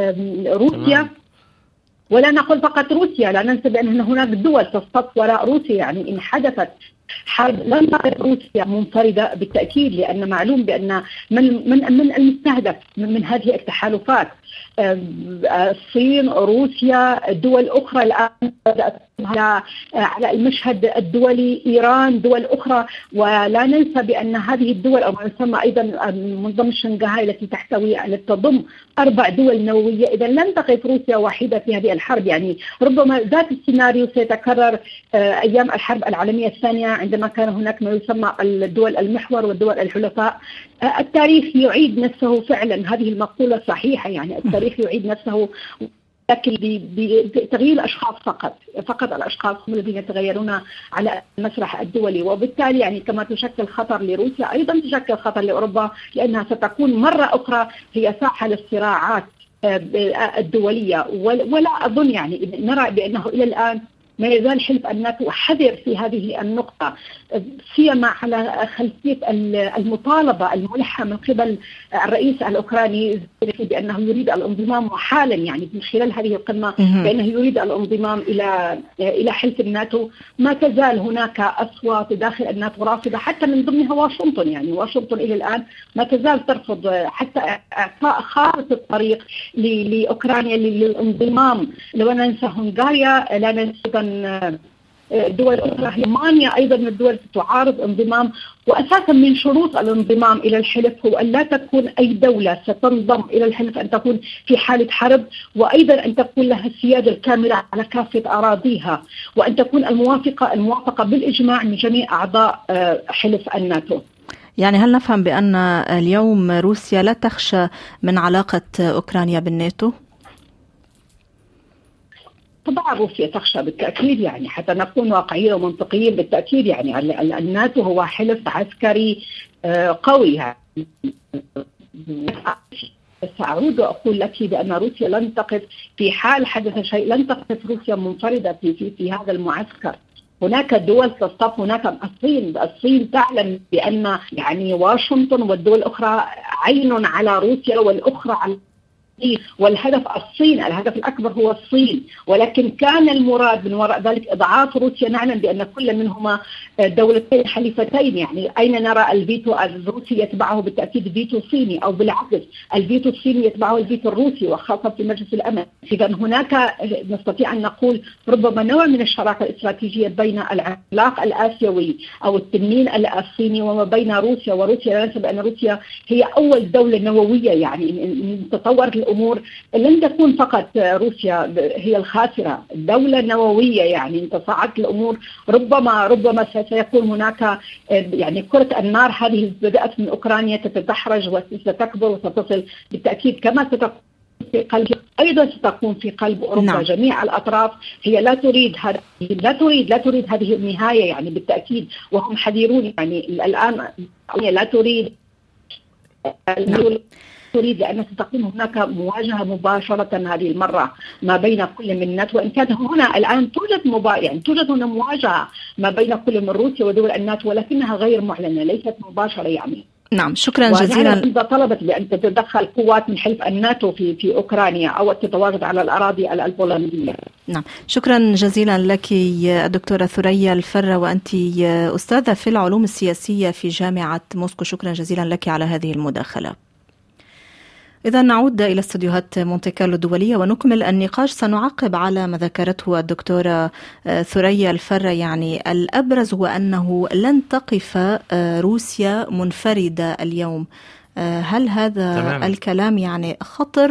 روسيا، ولا نقول فقط روسيا، لا ننسى بأن هناك دول تصطف وراء روسيا. يعني إن حدثت حرب لن تقف روسيا منفردة بالتأكيد، لأن معلوم بأن من من من المستهدف من, من هذه التحالفات الصين، روسيا، دول أخرى الآن بدأت على على المشهد الدولي، إيران، دول أخرى. ولا ننسى بأن هذه الدول أو ما يسمى أيضا منظمة شنغهاي التي تحتوي التي تضم أربع دول نووية. إذا لن تقف روسيا وحيدة في هذه الحرب. يعني ربما ذات السيناريو سيتكرر أيام الحرب العالمية الثانية عندما كان هناك ما يسمى الدول المحور والدول الحلفاء. التاريخ يعيد نفسه فعلا، هذه المقولة صحيحة. يعني التاريخ يعيد نفسه، لكن بتغيير الأشخاص فقط فقط الأشخاص هم الذين يتغيرون على المسرح الدولي. وبالتالي يعني كما تشكل خطر لروسيا أيضا تشكل خطر لأوروبا، لأنها ستكون مرة أخرى هي ساحة للصراعات الدولية. ولا أظن يعني نرى بأنه إلى الآن ما يزال حلف الناتو حذر في هذه النقطة، سيما على خلفية المطالبة الملحة من قبل الرئيس الأوكراني بأنه يريد الانضمام محالا، يعني من خلال هذه القمة بأنه يريد الانضمام إلى إلى حلف الناتو. ما تزال هناك أصوات داخل الناتو رافضة، حتى من ضمنها واشنطن. يعني واشنطن إلى الآن ما تزال ترفض حتى إعطاء خارطة الطريق لأوكرانيا للانضمام. لو ننسى هنغاريا، لا ننسى أيضا دول أخرى، ألمانيا أيضا من الدول تعارض انضمام. وأساسا من شروط الانضمام إلى الحلف هو أن لا تكون أي دولة ستنضم إلى الحلف أن تكون في حالة حرب، وأيضا أن تكون لها السيادة الكاملة على كافة أراضيها، وأن تكون الموافقة الموافقة بالإجماع من جميع أعضاء حلف الناتو. يعني هل نفهم بأن اليوم روسيا لا تخشى من علاقة أوكرانيا بالناتو؟ طبعا روسيا تخشى بالتأكيد، يعني حتى نكون واقعيين ومنطقيين بالتأكيد. يعني الناتو هو حلف عسكري قوي. يعني سأعود وأقول لك بأن روسيا لن تقف في حال حدث شيء، لن تقف روسيا منفردة في, في, في هذا المعسكر. هناك دول تصطف، هناك الصين الصين تعلم بأن يعني واشنطن والدول الأخرى عين على روسيا والأخرى على، والهدف الصين، الهدف الأكبر هو الصين. ولكن كان المراد من وراء ذلك إضعاف روسيا. نعلم بأن كل منهما دولتين حليفتين. يعني أين نرى الفيتو الروسي يتبعه بالتأكيد فيتو صيني، أو بالعكس الفيتو الصيني يتبعه الفيتو الروسي، وخاصة في مجلس الأمن. إذا هناك نستطيع أن نقول ربما نوع من الشراكة الاستراتيجية بين العملاق الآسيوي أو التنين الصيني وما بين روسيا. وروسيا لا ننسى بأن روسيا هي أول دولة نووية. يعني من تطور الأمور لن تكون فقط روسيا هي الخاسرة، دولة نووية. يعني انت صعدت الأمور، ربما ربما سيكون هناك يعني كرة النار هذه بدأت من أوكرانيا تتدحرج وستكبر وستصل بالتأكيد كما ستكون في قلب، أيضا ستكون في قلب أوروبا. نعم. جميع الأطراف هي لا تريد هذه لا تريد لا تريد هذه النهاية، يعني بالتأكيد، وهم حذرون. يعني الآن لا تريد نعم. تريد لأن ستكون هناك مواجهة مباشرة هذه المرة ما بين كل من الناتو، وإن كانت هنا الآن توجد مبا... يعني توجد هنا مواجهة ما بين كل من روسيا ودول الناتو، ولكنها غير معلنة، ليست مباشرة. يعني نعم، شكرا جزيلا. إذا طلبت بأن تتدخل قوات من حلف الناتو في في أوكرانيا أو تتواجد على الأراضي البولندية. نعم، شكرا جزيلا لك الدكتورة ثريا الفرة، وأنت أستاذة في العلوم السياسية في جامعة موسكو. شكرا جزيلا لك على هذه المداخلة. إذا نعود إلى استديوهات مونتي كارلو الدولية ونكمل النقاش. سنعقب على ما ذكرته الدكتورة ثريا الفرة. يعني الأبرز هو أنه لن تقف روسيا منفردة اليوم. هل هذا تمام. الكلام يعني خطر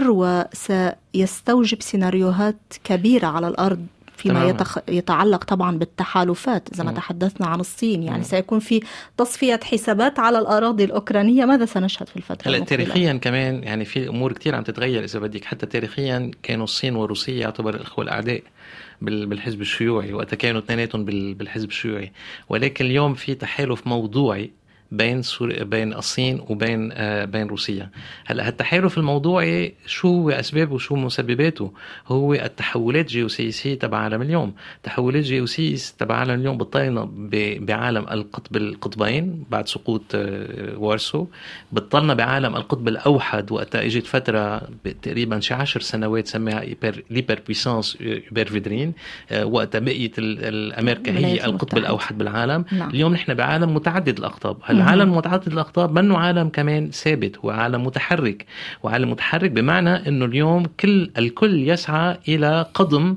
وسيستوجب سيناريوهات كبيرة على الأرض فيما يتخ... يتعلق طبعا بالتحالفات زي ما تحدثنا عن الصين؟ يعني مم. سيكون في تصفية حسابات على الأراضي الأوكرانية. ماذا سنشهد في الفترة المقبلة؟ تاريخيا كمان يعني في أمور كتير عم تتغير إذا بدك. حتى تاريخيا كانوا الصين وروسيا يعتبر الأخوة الأعداء بالحزب الشيوعي، وقت كانوا اثنيناتهم بالحزب الشيوعي، ولكن اليوم في تحالف موضوعي بين سوري... بين الصين وبين آه بين روسيا. هلا هالتحالف الموضوعي شو هو اسبابه وشو مسبباته؟ هو التحولات الجيوسياسيه تبع عالم اليوم. تحولات جيوسياسيه تبع عالم اليوم بتطلنا ب... بعالم القطب القطبين بعد سقوط آه وارسو، بتطلنا بعالم القطب الاوحد وقت اجت فتره تقريبا شي عشر سنوات سماها ليبر بويسانس يوبر فيدرين، آه وقت بقيه الامريكا هي القطب الاوحد بالعالم. نعم. اليوم نحن بعالم متعدد الاقطاب. العالم متعدد الأقطاب منه عالم كمان ثابت، هو عالم متحرك. وعالم متحرك بمعنى أنه اليوم كل الكل يسعى إلى قضم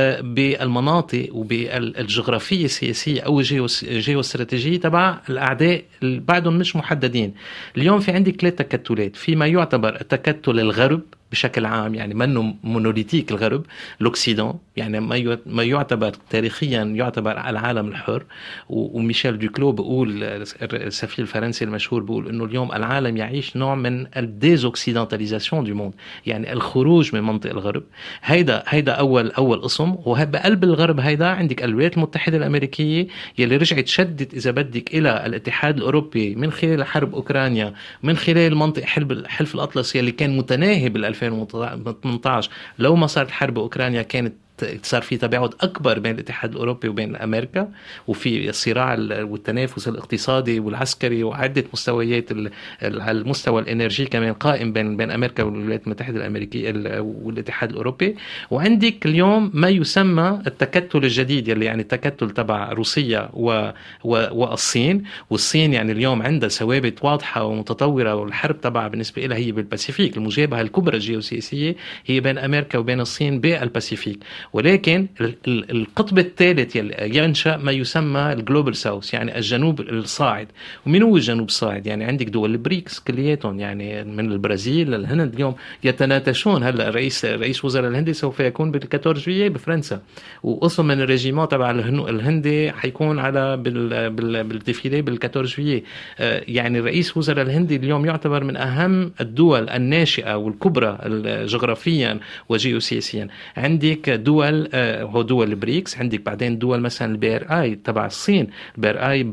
بالمناطق وبالجغرافية السياسية أو الجيوستراتيجية تبع الأعداء بعدهم مش محددين. اليوم في عندك ثلاث تكتلات، فيما يعتبر التكتل الغرب بشكل عام، يعني منه مونوليتيك الغرب، لوكسيدون، يعني ما يعتبر تاريخيا يعتبر العالم الحر. وميشيل دوكلو بيقول، السفير الفرنسي المشهور، بيقول انه اليوم العالم يعيش نوع من الديزوكسيدانتاليزاسيون دو موند، يعني الخروج من منطقة الغرب. هيدا هيدا اول اول قسم. وبقلب الغرب هيدا عندك الولايات المتحدة الامريكية يلي رجعت شدت اذا بدك الى الاتحاد الاوروبي من خلال حرب اوكرانيا، من خلال منطقة حلف الاطلس يلي كان متناهي بال ألفين وثمانية عشر. لو ما صارت حرب أوكرانيا كانت صار في تباعد أكبر بين الاتحاد الأوروبي وبين أمريكا، وفي الصراع والتنافس الاقتصادي والعسكري وعدة مستويات على المستوى الإنرجي كمان قائم بين بين أمريكا والولايات المتحدة الأمريكية والاتحاد الأوروبي. وعندك اليوم ما يسمى التكتل الجديد يلي يعني التكتل تبع روسيا و والصين. والصين يعني اليوم عندها ثوابت واضحة ومتطورة، والحرب تبعها بالنسبة لها هي بالباسيفيك. المجابهة الكبرى الجيوسياسية هي بين أمريكا وبين الصين بالباسيفيك. ولكن القطب الثالث ينشأ ما يسمى الجلوبال ساوث، يعني الجنوب الصاعد. ومن هو الجنوب الصاعد؟ يعني عندك دول البريكس كلياتهم، يعني من البرازيل للهند اليوم يتناتشون. هلا رئيس رئيس وزراء الهندي سوف يكون بالكاتورج جويي بفرنسا، وقسم من الريجيمون تبع الهندي حيكون على بالديفيلي بالكاتورج جويي. يعني رئيس وزراء الهندي اليوم يعتبر من أهم الدول الناشئة والكبرى جغرافيا وجيوسياسيا. عندك دول هو دول البريكس، عندك بعدين دول مثلا البير اي تبع الصين، البير اي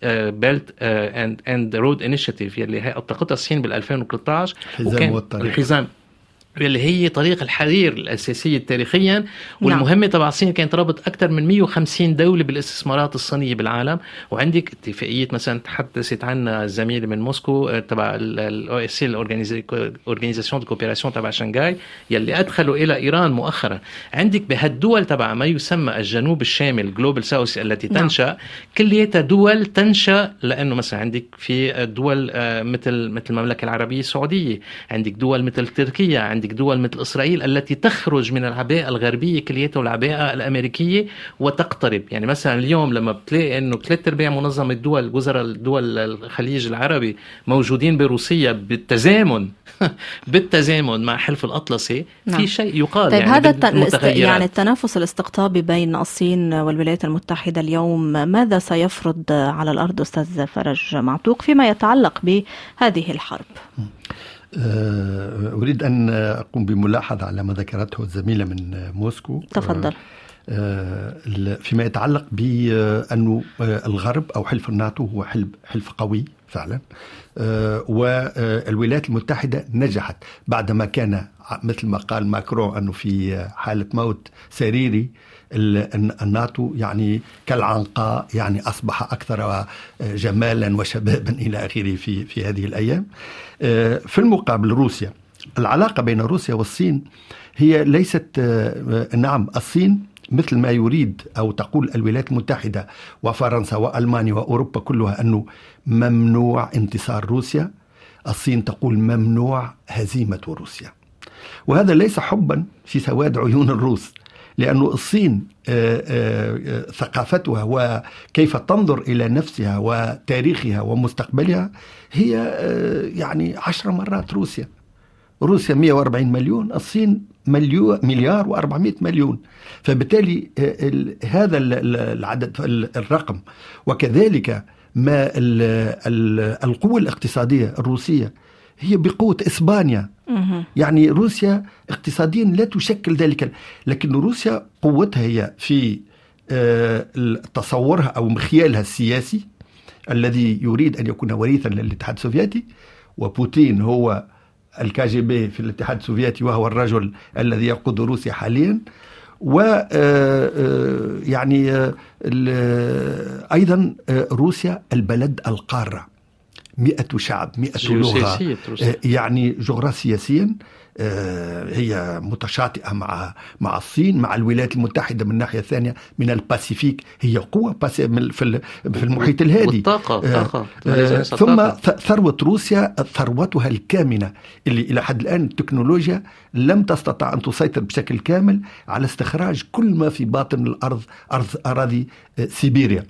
بيلت اند اند رود انيشيتيف يلي هي اطلقتها الصين بال ألفين وثلاثة عشر، وكان الحزام اللي هي طريق الحرير الأساسية تاريخيا. والمهمة تبع الصين كانت ربط أكثر من مئة وخمسين دولة بالاستثمارات الصينية بالعالم. وعندك اتفاقية مثلا تحدثت عنها الزميلة من موسكو تبع الأو إس سي الأورجانيزاسيون دو كوبيراسيون تبع شنغاي يلي أدخلوا إلى إيران مؤخرا. عندك بهالدول تبع ما يسمى الجنوب الشامل جلوبال ساوث التي تنشأ كليتها دول تنشأ لأنه مثلا عندك في دول مثل مثل المملكة العربية السعودية، عندك دول مثل تركيا، عندك دول مثل إسرائيل التي تخرج من العباءة الغربية كليتها والعباءة الأمريكية وتقترب. يعني مثلا اليوم لما بتلاقي أنه ثلاث أرباع منظمة الدول وزراء الدول الخليج العربي موجودين بروسيا بالتزامن بالتزامن مع حلف الأطلسي، نعم. في شيء يقال طيب يعني هذا التن... يعني التنافس الاستقطابي بين الصين والولايات المتحدة اليوم ماذا سيفرض على الأرض أستاذ فرج معتوق فيما يتعلق بهذه الحرب؟ أريد أن أقوم بملاحظة على ما ذكرته الزميلة من موسكو. تفضل. فيما يتعلق بأنه الغرب أو حلف الناتو هو حلف حلف قوي فعلا، والولايات المتحدة نجحت بعدما كان مثل ما قال ماكرون أنه في حالة موت سريري الناتو يعني كالعنقاء، يعني أصبح أكثر جمالا وشبابا إلى آخره في في هذه الأيام. في المقابل روسيا، العلاقة بين روسيا والصين هي ليست، نعم الصين مثل ما يريد أو تقول الولايات المتحدة وفرنسا وألمانيا وأوروبا كلها أنه ممنوع انتصار روسيا، الصين تقول ممنوع هزيمة روسيا. وهذا ليس حبا في سواد عيون الروس، لأن الصين ثقافتها وكيف تنظر إلى نفسها وتاريخها ومستقبلها هي يعني عشر مرات روسيا. روسيا مئة وأربعين مليون، الصين مليار وأربعمائة مليون. فبالتالي هذا العدد الرقم، وكذلك ما القوة الاقتصادية الروسية هي بقوة إسبانيا. يعني روسيا اقتصاديا لا تشكل ذلك، لكن روسيا قوتها هي في تصورها أو مخيالها السياسي الذي يريد أن يكون وريثا للاتحاد السوفيتي، وبوتين هو الكي جي بي في الاتحاد السوفيتي وهو الرجل الذي يقود روسيا حاليا. و يعني أيضا روسيا البلد القارة، مئة شعب مئة لغة، يعني جغرافيا هي متشاطئة مع مع الصين، مع الولايات المتحدة من الناحية الثانية من الباسيفيك، هي قوة في في المحيط الهادي والطاقة. ثم ثروة روسيا ثروتها الكامنة اللي إلى حد الآن التكنولوجيا لم تستطع أن تسيطر بشكل كامل على استخراج كل ما في باطن الأرض، أرض أراضي سيبيريا.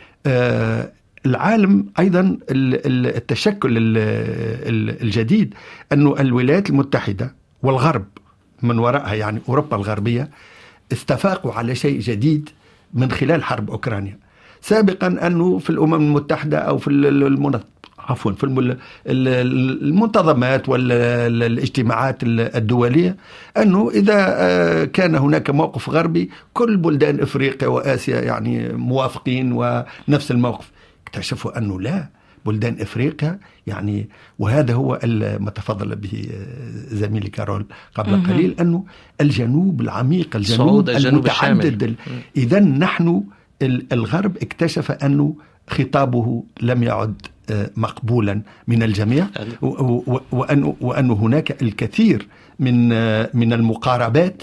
العالم أيضا التشكل الجديد أنه الولايات المتحدة والغرب من وراءها يعني أوروبا الغربية استفاقوا على شيء جديد من خلال حرب أوكرانيا. سابقا أنه في الأمم المتحدة أو في المنظمات عفوا في المنتظمات والاجتماعات الدولية أنه إذا كان هناك موقف غربي كل بلدان إفريقيا وآسيا يعني موافقين ونفس الموقف. اكتشفوا أنه لا، بلدان إفريقيا يعني. وهذا هو ما تفضل به زميلي كارول قبل قليل، أنه الجنوب العميق، الجنوب المتعدد. إذا نحن الغرب اكتشف أنه خطابه لم يعد مقبولا من الجميع، وأن وأن هناك الكثير من من المقاربات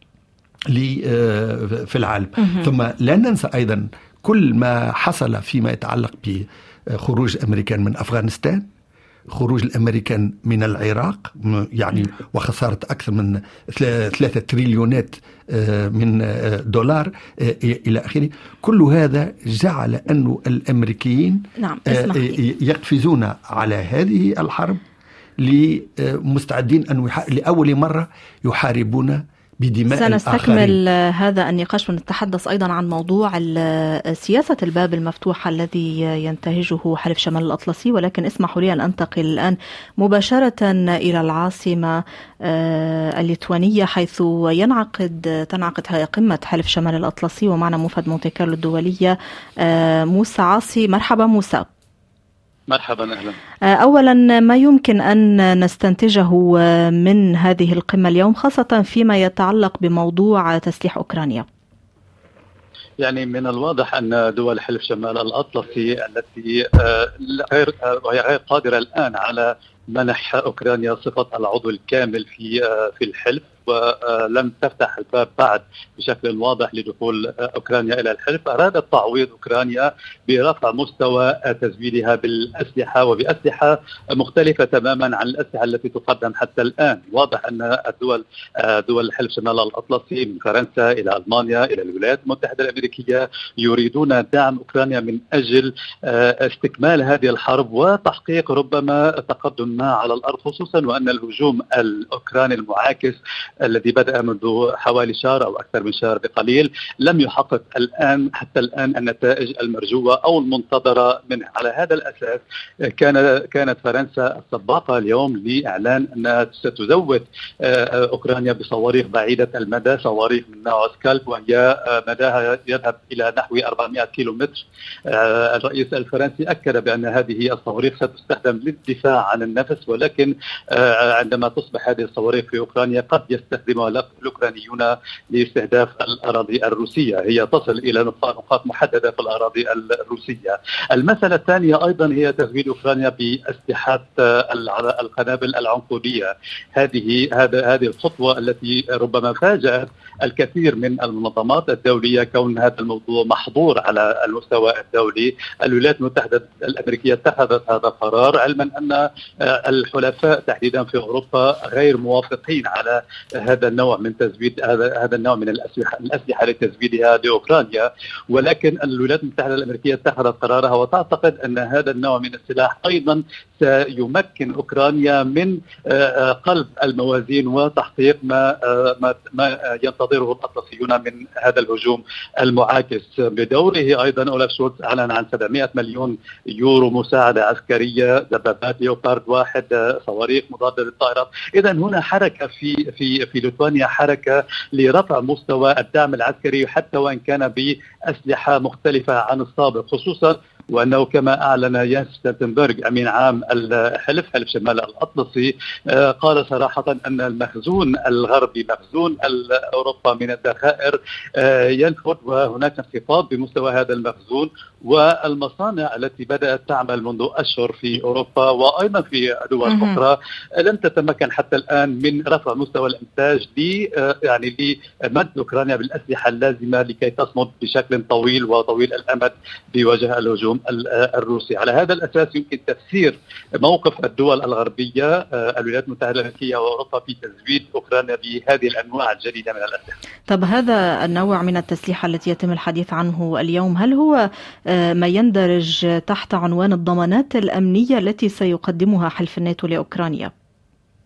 في العالم. ثم لا ننسى أيضا كل ما حصل فيما يتعلق بخروج الأمريكان من أفغانستان، خروج الأمريكان من العراق يعني، وخسارة أكثر من ثلاثة تريليونات من دولار إلى آخره. كل هذا جعل أن الأمريكيين نعم يقفزون على هذه الحرب لمستعدين أن لأول مرة يحاربون بدماء سنستكمل هذا النقاش ونتحدث أيضا عن موضوع سياسة الباب المفتوح الذي ينتهجه حلف شمال الأطلسي، ولكن اسمحوا لي أن أنتقل الآن مباشرة إلى العاصمة الليتوانية حيث ينعقد تنعقد قمة حلف شمال الأطلسي، ومعنا موفد مونتي كارلو الدولية موسى عاصي. مرحبا موسى. مرحبا، أهلا. أولا، ما يمكن أن نستنتجه من هذه القمة اليوم خاصة فيما يتعلق بموضوع تسليح أوكرانيا؟ يعني من الواضح أن دول حلف شمال الأطلسي التي غير وهي غير قادرة الآن على منح أوكرانيا صفة العضو الكامل في في الحلف، ولم تفتح الباب بعد بشكل واضح لدخول أوكرانيا إلى الحلف، أرادت تعويض أوكرانيا برفع مستوى تزويدها بالأسلحة وبأسلحة مختلفة تماما عن الأسلحة التي تقدم حتى الآن. واضح أن الدول دول حلف شمال الأطلسي من فرنسا إلى ألمانيا إلى الولايات المتحدة الأمريكية يريدون دعم أوكرانيا من أجل استكمال هذه الحرب وتحقيق ربما تقدم ما على الأرض، خصوصا وأن الهجوم الأوكراني المعاكس الذي بدأ منذ حوالي شهر أو أكثر من شهر بقليل لم يحقق الآن حتى الآن النتائج المرجوة أو المنتظرة منه. على هذا الأساس كان كانت فرنسا السباقة اليوم لإعلان أنها ستزود أوكرانيا بصواريخ بعيدة المدى، صواريخ من نوع سكالب وهي مداها يذهب إلى نحو أربعمائة كيلومتر. الرئيس الفرنسي أكد بأن هذه الصواريخ ستستخدم للدفاع عن النفس، ولكن عندما تصبح هذه الصواريخ في أوكرانيا قد يستخدمها الأوكرانيون لاستهداف الأراضي الروسية. هي تصل إلى نقاط محددة في الأراضي الروسية. المسألة الثانية أيضا هي تزويد أوكرانيا بأسلحة القنابل العنقودية. هذه هذه الخطوة التي ربما فاجأت الكثير من المنظمات الدولية كون هذا الموضوع محظور على المستوى الدولي. الولايات المتحدة الأمريكية اتخذت هذا القرار علما أن الحلفاء تحديدا في أوروبا غير موافقين على هذا النوع من تزويد هذا هذا النوع من الأسلحة الأسلحة لتزويدها لأوكرانيا، ولكن الولايات المتحدة الأمريكية اتخذت قرارها وتعتقد أن هذا النوع من السلاح أيضا سيمكن أوكرانيا من قلب الموازين وتحقيق ما ما ينتظره الأطلسيون من هذا الهجوم المعاكس. بدوره أيضا أولاف شولتز أعلن عن سبعمائة مليون يورو مساعدة عسكرية، دبابات ليوبارد واحد، صواريخ مضادة للطائرات. إذا هنا حركة في في في ليتوانيا، حركة لرفع مستوى الدعم العسكري حتى وإن كان بأسلحة مختلفة عن السابق، خصوصا وأنه كما أعلن يانس ستولتنبرغ أمين عام الحلف حلف شمال الأطلسي قال صراحة أن المخزون الغربي مخزون أوروبا من الذخائر ينفد، وهناك انخفاض بمستوى هذا المخزون، والمصانع التي بدأت تعمل منذ أشهر في أوروبا وأيضا في دول أخرى لم تتمكن حتى الآن من رفع مستوى الإنتاج لي يعني لمد أوكرانيا بالأسلحة اللازمة لكي تصمد بشكل طويل وطويل الأمد بوجه الهجوم الروسي. على هذا الأساس يمكن تفسير موقف الدول الغربية الولايات المتحدة الأمريكية وأوروبا في تزويد أوكرانيا بهذه الأنواع الجديدة من الأسلحة. طب هذا النوع من التسليح التي يتم الحديث عنه اليوم هل هو ما يندرج تحت عنوان الضمانات الأمنية التي سيقدمها حلف الناتو لأوكرانيا؟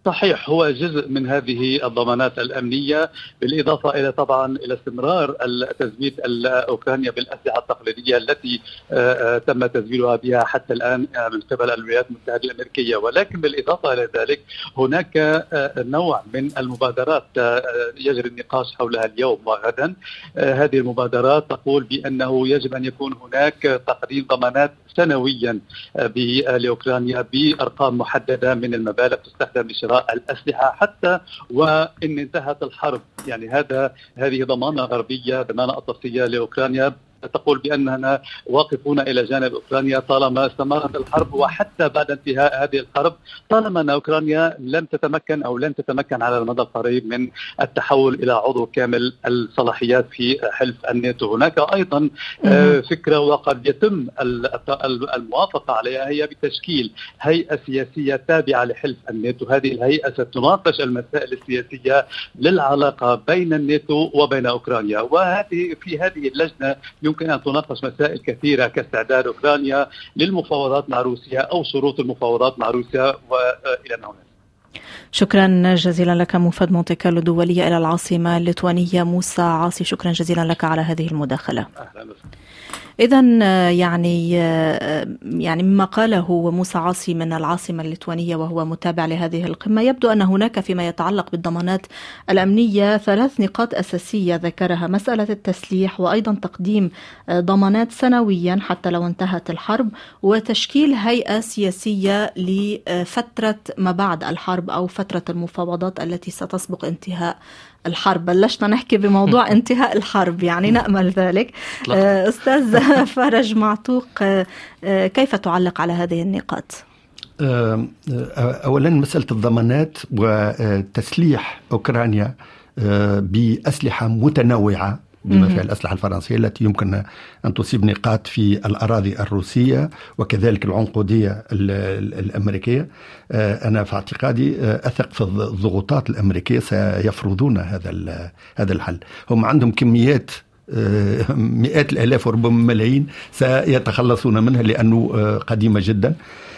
صحيح، هو جزء من هذه الضمانات الأمنية، بالإضافة إلى طبعا إلى استمرار التزويد أوكرانيا بالأسلحة التقليدية التي تم تزويدها بها حتى الآن من قبل الولايات المتحدة الأمريكية. ولكن بالإضافة إلى ذلك هناك نوع من المبادرات يجري النقاش حولها اليوم وغدا. هذه المبادرات تقول بأنه يجب أن يكون هناك تقديم ضمانات سنويا لأوكرانيا بأرقام محددة من المبالغ تستخدم لشراء الأسلحة حتى وإن انتهت الحرب. يعني هذا هذه ضمانة غربية، ضمانة أطلسية لأوكرانيا تقول بأننا واقفون إلى جانب أوكرانيا طالما استمرت الحرب وحتى بعد انتهاء هذه الحرب، طالما أن أوكرانيا لم تتمكن أو لن تتمكن على المدى القريب من التحول إلى عضو كامل الصلاحيات في حلف الناتو. هناك أيضا فكرة وقد يتم الموافقة عليها، هي بتشكيل هيئة سياسية تابعة لحلف الناتو. هذه الهيئة ستناقش المسائل السياسية للعلاقة بين الناتو وبين أوكرانيا، وهذه في هذه اللجنة يمكن أن تناقش مسائل كثيرة كاستعداد أوكرانيا للمفاوضات مع روسيا أو شروط المفاوضات مع روسيا وإلى ما هنالك. شكرا جزيلا لك موفد مونتي كارلو الدولية إلى العاصمة الليتوانية موسى عاصي، شكرا جزيلا لك على هذه المداخلة. أهلا. إذن يعني يعني مما قاله موسى عاصي من العاصمة الليتوانية وهو متابع لهذه القمة، يبدو أن هناك فيما يتعلق بالضمانات الأمنية ثلاث نقاط أساسية ذكرها: مسألة التسليح، وأيضا تقديم ضمانات سنويا حتى لو انتهت الحرب، وتشكيل هيئة سياسية لفترة ما بعد الحرب أو فترة المفاوضات التي ستسبق انتهاء الحرب. بلشنا نحكي بموضوع انتهاء الحرب، يعني نأمل ذلك. أستاذ فرج معتوق، كيف تعلق على هذه النقاط؟ أولا مسألة الضمانات وتسليح أوكرانيا بأسلحة متنوعة بما فيها الأسلحة الفرنسية التي يمكن أن تصيب نقاط في الأراضي الروسية وكذلك العنقودية الأمريكية. أنا في اعتقادي أثق في الضغوطات الأمريكية سيفرضون هذا هذا الحل. هم عندهم كميات مئات الآلاف وربما ملايين سيتخلصون منها لأنه قديمة جدا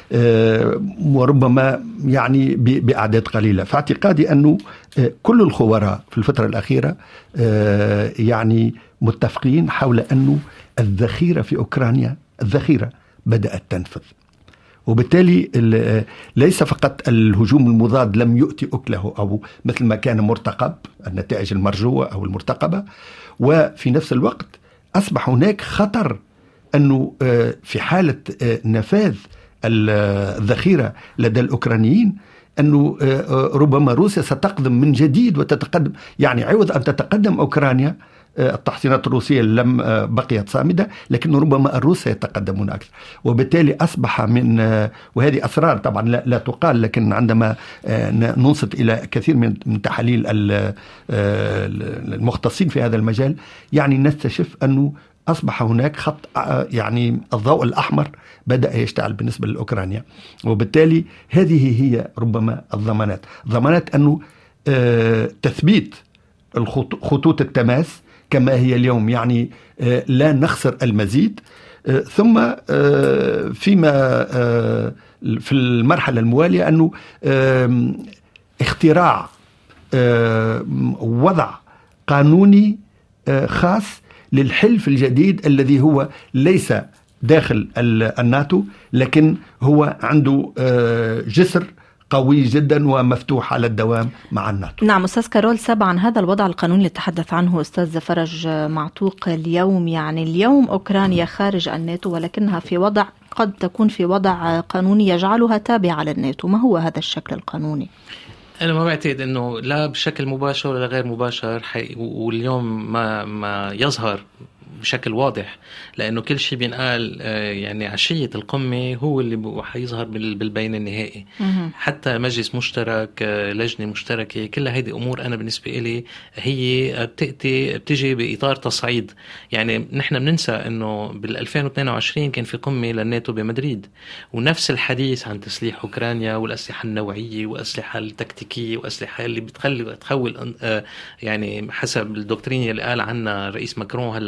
وربما يعني بأعداد قليلة. فاعتقادي أنه كل الخبراء في الفترة الأخيرة يعني متفقين حول أنه الذخيرة في أوكرانيا الذخيرة بدأت تنفذ، وبالتالي ليس فقط الهجوم المضاد لم يؤتي أكله أو مثل ما كان مرتقب النتائج المرجوة أو المرتقبة، وفي نفس الوقت أصبح هناك خطر أنه في حالة نفاذ الذخيرة لدى الأوكرانيين أنه ربما روسيا ستقدم من جديد وتتقدم، يعني عوض أن تتقدم أوكرانيا التحصينات الروسية لم بقيت صامدة، لكن ربما الروس يتقدمون أكثر، وبالتالي أصبح من، وهذه أسرار طبعا لا, لا تقال، لكن عندما ننصت إلى كثير من تحاليل المختصين في هذا المجال يعني نستشف أنه أصبح هناك خط، يعني الضوء الأحمر بدأ يشتعل بالنسبة لأوكرانيا، وبالتالي هذه هي ربما الضمانات ضمانات أنه تثبيت خطوط التماس كما هي اليوم، يعني لا نخسر المزيد. ثم فيما في المرحلة الموالية أنه اختراع وضع قانوني خاص للحلف الجديد الذي هو ليس داخل الناتو لكن هو عنده جسر قوي جدا ومفتوح على الدوام مع الناتو. نعم أستاذ كارول، سبعا عن هذا الوضع القانوني اللي تحدث عنه أستاذ فرج معتوق اليوم، يعني اليوم أوكرانيا خارج الناتو ولكنها في وضع قد تكون في وضع قانوني يجعلها تابعة للناتو، ما هو هذا الشكل القانوني؟ أنا ما بعتقد إنه لا بشكل مباشر ولا غير مباشر حي... واليوم ما ما يظهر بشكل واضح، لأنه كل شيء بينقال يعني عشية القمة هو اللي حيظهر بالبيان النهائي. حتى مجلس مشترك، لجنة مشتركة، كل هذه أمور أنا بالنسبة لي هي بتأتي بتجي بإطار تصعيد. يعني نحن بننسى أنه بالألفين واثنين وعشرين كان في قمة للناتو بمدريد، ونفس الحديث عن تسليح أوكرانيا والأسلحة النوعية والأسلحة التكتيكية وأسلحة اللي بتخلي تخول يعني حسب الدكتورين اللي قال عنها رئيس ماكرون هلأ لما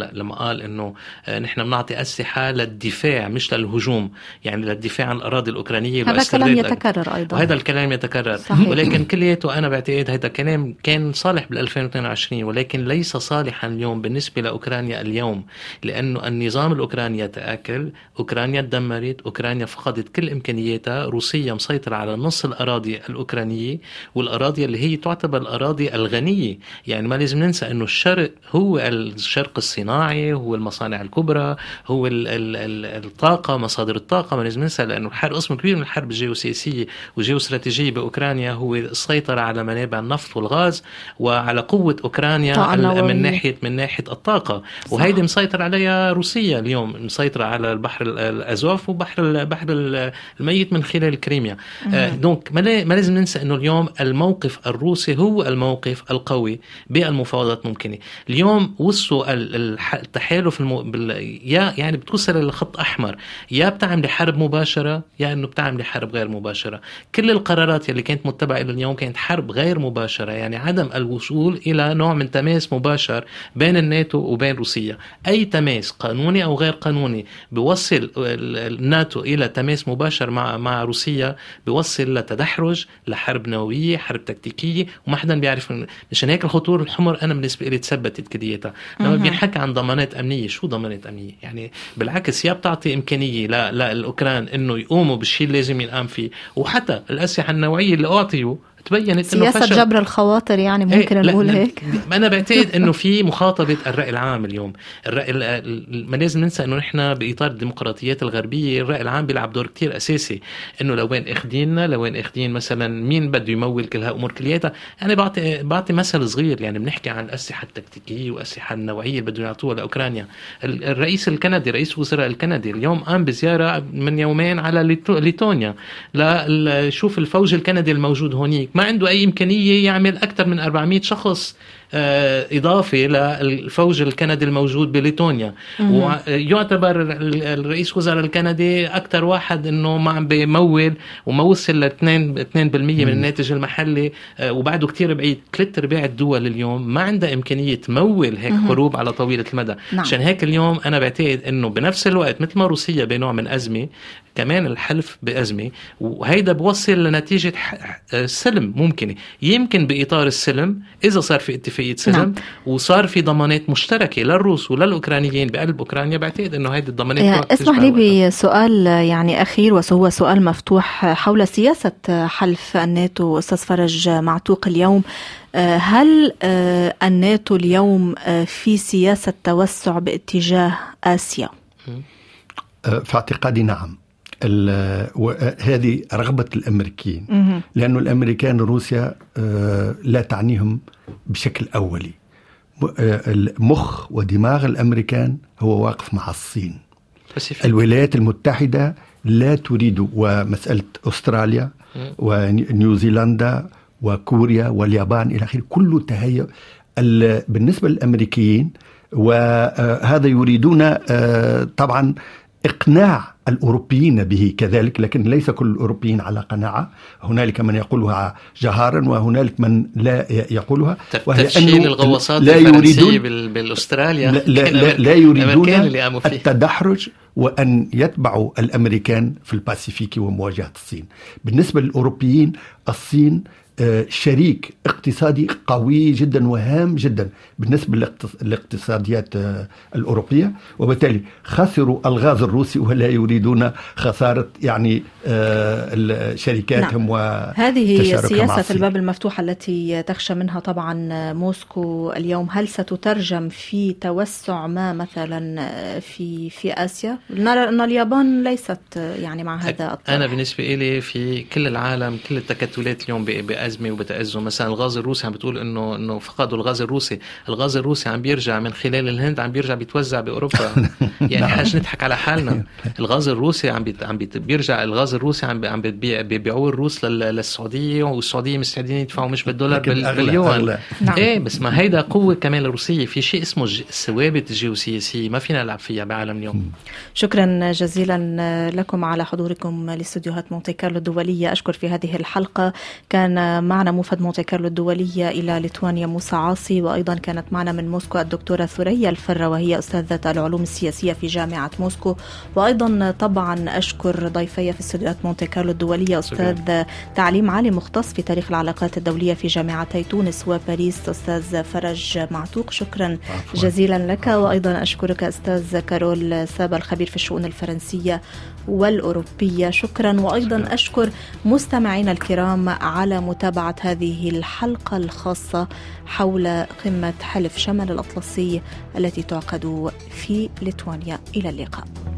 قال إنه نحن بنعطي أسلحة للدفاع مش للهجوم، يعني للدفاع عن الأراضي الأوكرانية. هذا كلام يتكرر أيضا، وهذا الكلام يتكرر صحيح. ولكن كلياته أنا بعتقد هذا كلام كان صالح بال ألفين واثنين وعشرين ولكن ليس صالحا اليوم بالنسبة لأوكرانيا اليوم، لأنه النظام الأوكراني تآكل، أوكرانيا تدمرت، أوكرانيا فقدت كل إمكانياتها، روسيا مسيطرة على نص الأراضي الأوكرانية والأراضي اللي هي تعتبر الأراضي الغنية. يعني ما لازم ننسى أنه الشرق هو الشرق الصناعي، هو المصانع الكبرى، هو ال ال ال الطاقة، مصادر الطاقة. ما لازم ننسى لأنه الحرب قسم كبير من الحرب الجيوسياسية والجيوستراتيجية بأوكرانيا هو السيطرة على منابع النفط والغاز وعلى قوة أوكرانيا من ناحية من ناحية الطاقة. وهيدي مسيطر عليها روسيا اليوم، مسيطرة على البحر الأزوف وبحر البحر الميت من خلال كريميا. آه دونك ما لازم ننسى أنه اليوم الموقف الروسي هو الموقف القوي بالمفاوضات ممكنة. اليوم وصلوا التحالف المو... بال... يا يعني بتوصل للخط أحمر، يا بتعمل حرب مباشرة يا أنه بتعمل حرب غير مباشرة. كل القرارات اللي كانت متبعة إلى اليوم كانت حرب غير مباشرة، يعني عدم الوصول إلى نوع من تماس مباشر بين الناتو وبين روسيا. أي تماس قانوني أو غير قانوني بيوصل الناتو إلى تماس مباشر مع مع روسيا بيوصل لتدحرج، لحرب نووية، حرب تكتيكية، وما حدا بيعرف. مشان هيك الخطور الحمر أنا بالنسبة لي تثبتت كديتها. لما بينحكى عن ضمانات أمنية، شو ضمانات أمنية؟ يعني بالعكس يا بتعطي إمكانية للأوكران إنه يقوموا بالشيء اللي لازم ينقام فيه، وحتى الأسلحة النووية اللي أعطيوا تبينت سياسة جبر الخواطر، يعني ممكن ايه نقول هيك. أنا بعتقد إنه في مخاطبة الرأي العام اليوم. الرأي ما لازم ننسى إنه نحن بإطار الديمقراطيات الغربية الرأي العام بيلعب دور كتير أساسي. إنه لو وين إخديننا، لو وين إخدين مثلا مين بده يمول كل هالأمور كلياتها. يعني بعطي بعطي مثل صغير، يعني بنحكي عن الأسلحة التكتيكية والأسلحة النوعية اللي بدهم يعطوها لأوكرانيا. الرئيس الكندي، رئيس وزراء الكندي اليوم قام بزيارة من يومين على ليتونيا لشوف الفوج الكندي الموجود هونيك. ما عنده أي إمكانية يعمل أكثر من أربعمائة شخص إضافة للفوج الكندي الموجود بليتونيا. ويعتبر الرئيس وزراء الكندي أكثر واحد إنه ما عم بيمول وما وصل ل اثنين بالمئة من الناتج المحلي، وبعده كتير بعيد. ثلاث أرباع الدول اليوم ما عندها إمكانية تمول هيك حروب على طويلة المدى. عشان نعم. هيك اليوم أنا بعتقد إنه بنفس الوقت مثل ما روسيا بنوع من أزمة، كمان الحلف بأزمة، وهيدا بوصل لنتيجة سلم ممكنة. يمكن بإطار السلم إذا صار في اتفاقية سلم نعم. وصار في ضمانات مشتركة للروس وللأوكرانيين بقلب أوكرانيا، بعتقد إنه هيدا الضمانات يعني اسمح لي بسؤال يعني أخير وهو سؤال مفتوح حول سياسة حلف الناتو. أستاذ فرج معتوق، اليوم هل الناتو اليوم في سياسة توسع باتجاه آسيا؟ في اعتقادي نعم. هذه رغبة الأمريكيين، لأن الأمريكان روسيا لا تعنيهم بشكل أولي. المخ ودماغ الأمريكان هو واقف مع الصين. الولايات المتحدة لا تريد، ومسألة أستراليا ونيوزيلندا وكوريا واليابان إلى آخره كله تهيئ بالنسبة للأمريكيين. وهذا يريدون طبعا إقناع الأوروبيين به كذلك، لكن ليس كل الأوروبيين على قناعة. هنالك من يقولها جهارا وهنالك من لا يقولها، وهي أنه الغواصات لا يريدون بالأستراليا لا, لا, لا يريدون التدحرج وأن يتبعوا الأمريكان في الباسيفيك ومواجهة الصين. بالنسبة للأوروبيين الصين شريك اقتصادي قوي جدا وهام جدا بالنسبة للاقتصاديات الأوروبية، وبالتالي خسروا الغاز الروسي ولا يريدون خسارة يعني شركاتهم. نعم. هذه هي سياسة الباب المفتوح التي تخشى منها طبعا موسكو اليوم. هل ستترجم في توسع ما مثلا في في آسيا؟ نرى أن اليابان ليست يعني مع هذا الطرح. أنا بالنسبة لي في كل العالم كل التكتلات اليوم بأزمة وبتأزم. مثلا الغاز الروسي عم بتقول إنه إنه فقدوا الغاز الروسي. الغاز الروسي عم بيرجع من خلال الهند، عم بيرجع بيتوزع بأوروبا. يعني حاج نضحك على حالنا. الغاز الروسي عم بيت عم بيرجع الغاز الروسي عم عم بيبيعوه الروس للسعودية، والسعودية مستعدين يدفعوا مش بالدولار باليوان. نعم. إيه بس ما هيدا قوة كمان الروسية. في شيء اسمه الثوابت الجيوسياسية ما فينا نلعب فيها بعالم اليوم. شكرا جزيلا لكم على حضوركم لاستوديوهات مونتي كارلو الدولية. أشكر في هذه الحلقة كان معنا موفد مونتي كارلو الدولية إلى ليتوانيا موسى عاصي، وأيضا كانت معنا من موسكو الدكتورة ثريا الفرة وهي أستاذة العلوم السياسية في جامعة موسكو. وأيضا طبعا أشكر ضيفي في استوديوهات مونتي كارلو الدولية أستاذ تعليم عالي مختص في تاريخ العلاقات الدولية في جامعتي تونس وباريس أستاذ فرج معتوق، شكرا جزيلا لك. وأيضا أشكرك أستاذ كارول سابا الخبير في الشؤون الفرنسية والأوروبية، شكرا. وأيضا أشكر مستمعينا الكرام على متابعة هذه الحلقة الخاصة حول قمة حلف شمال الأطلسي التي تعقد في ليتوانيا. إلى اللقاء.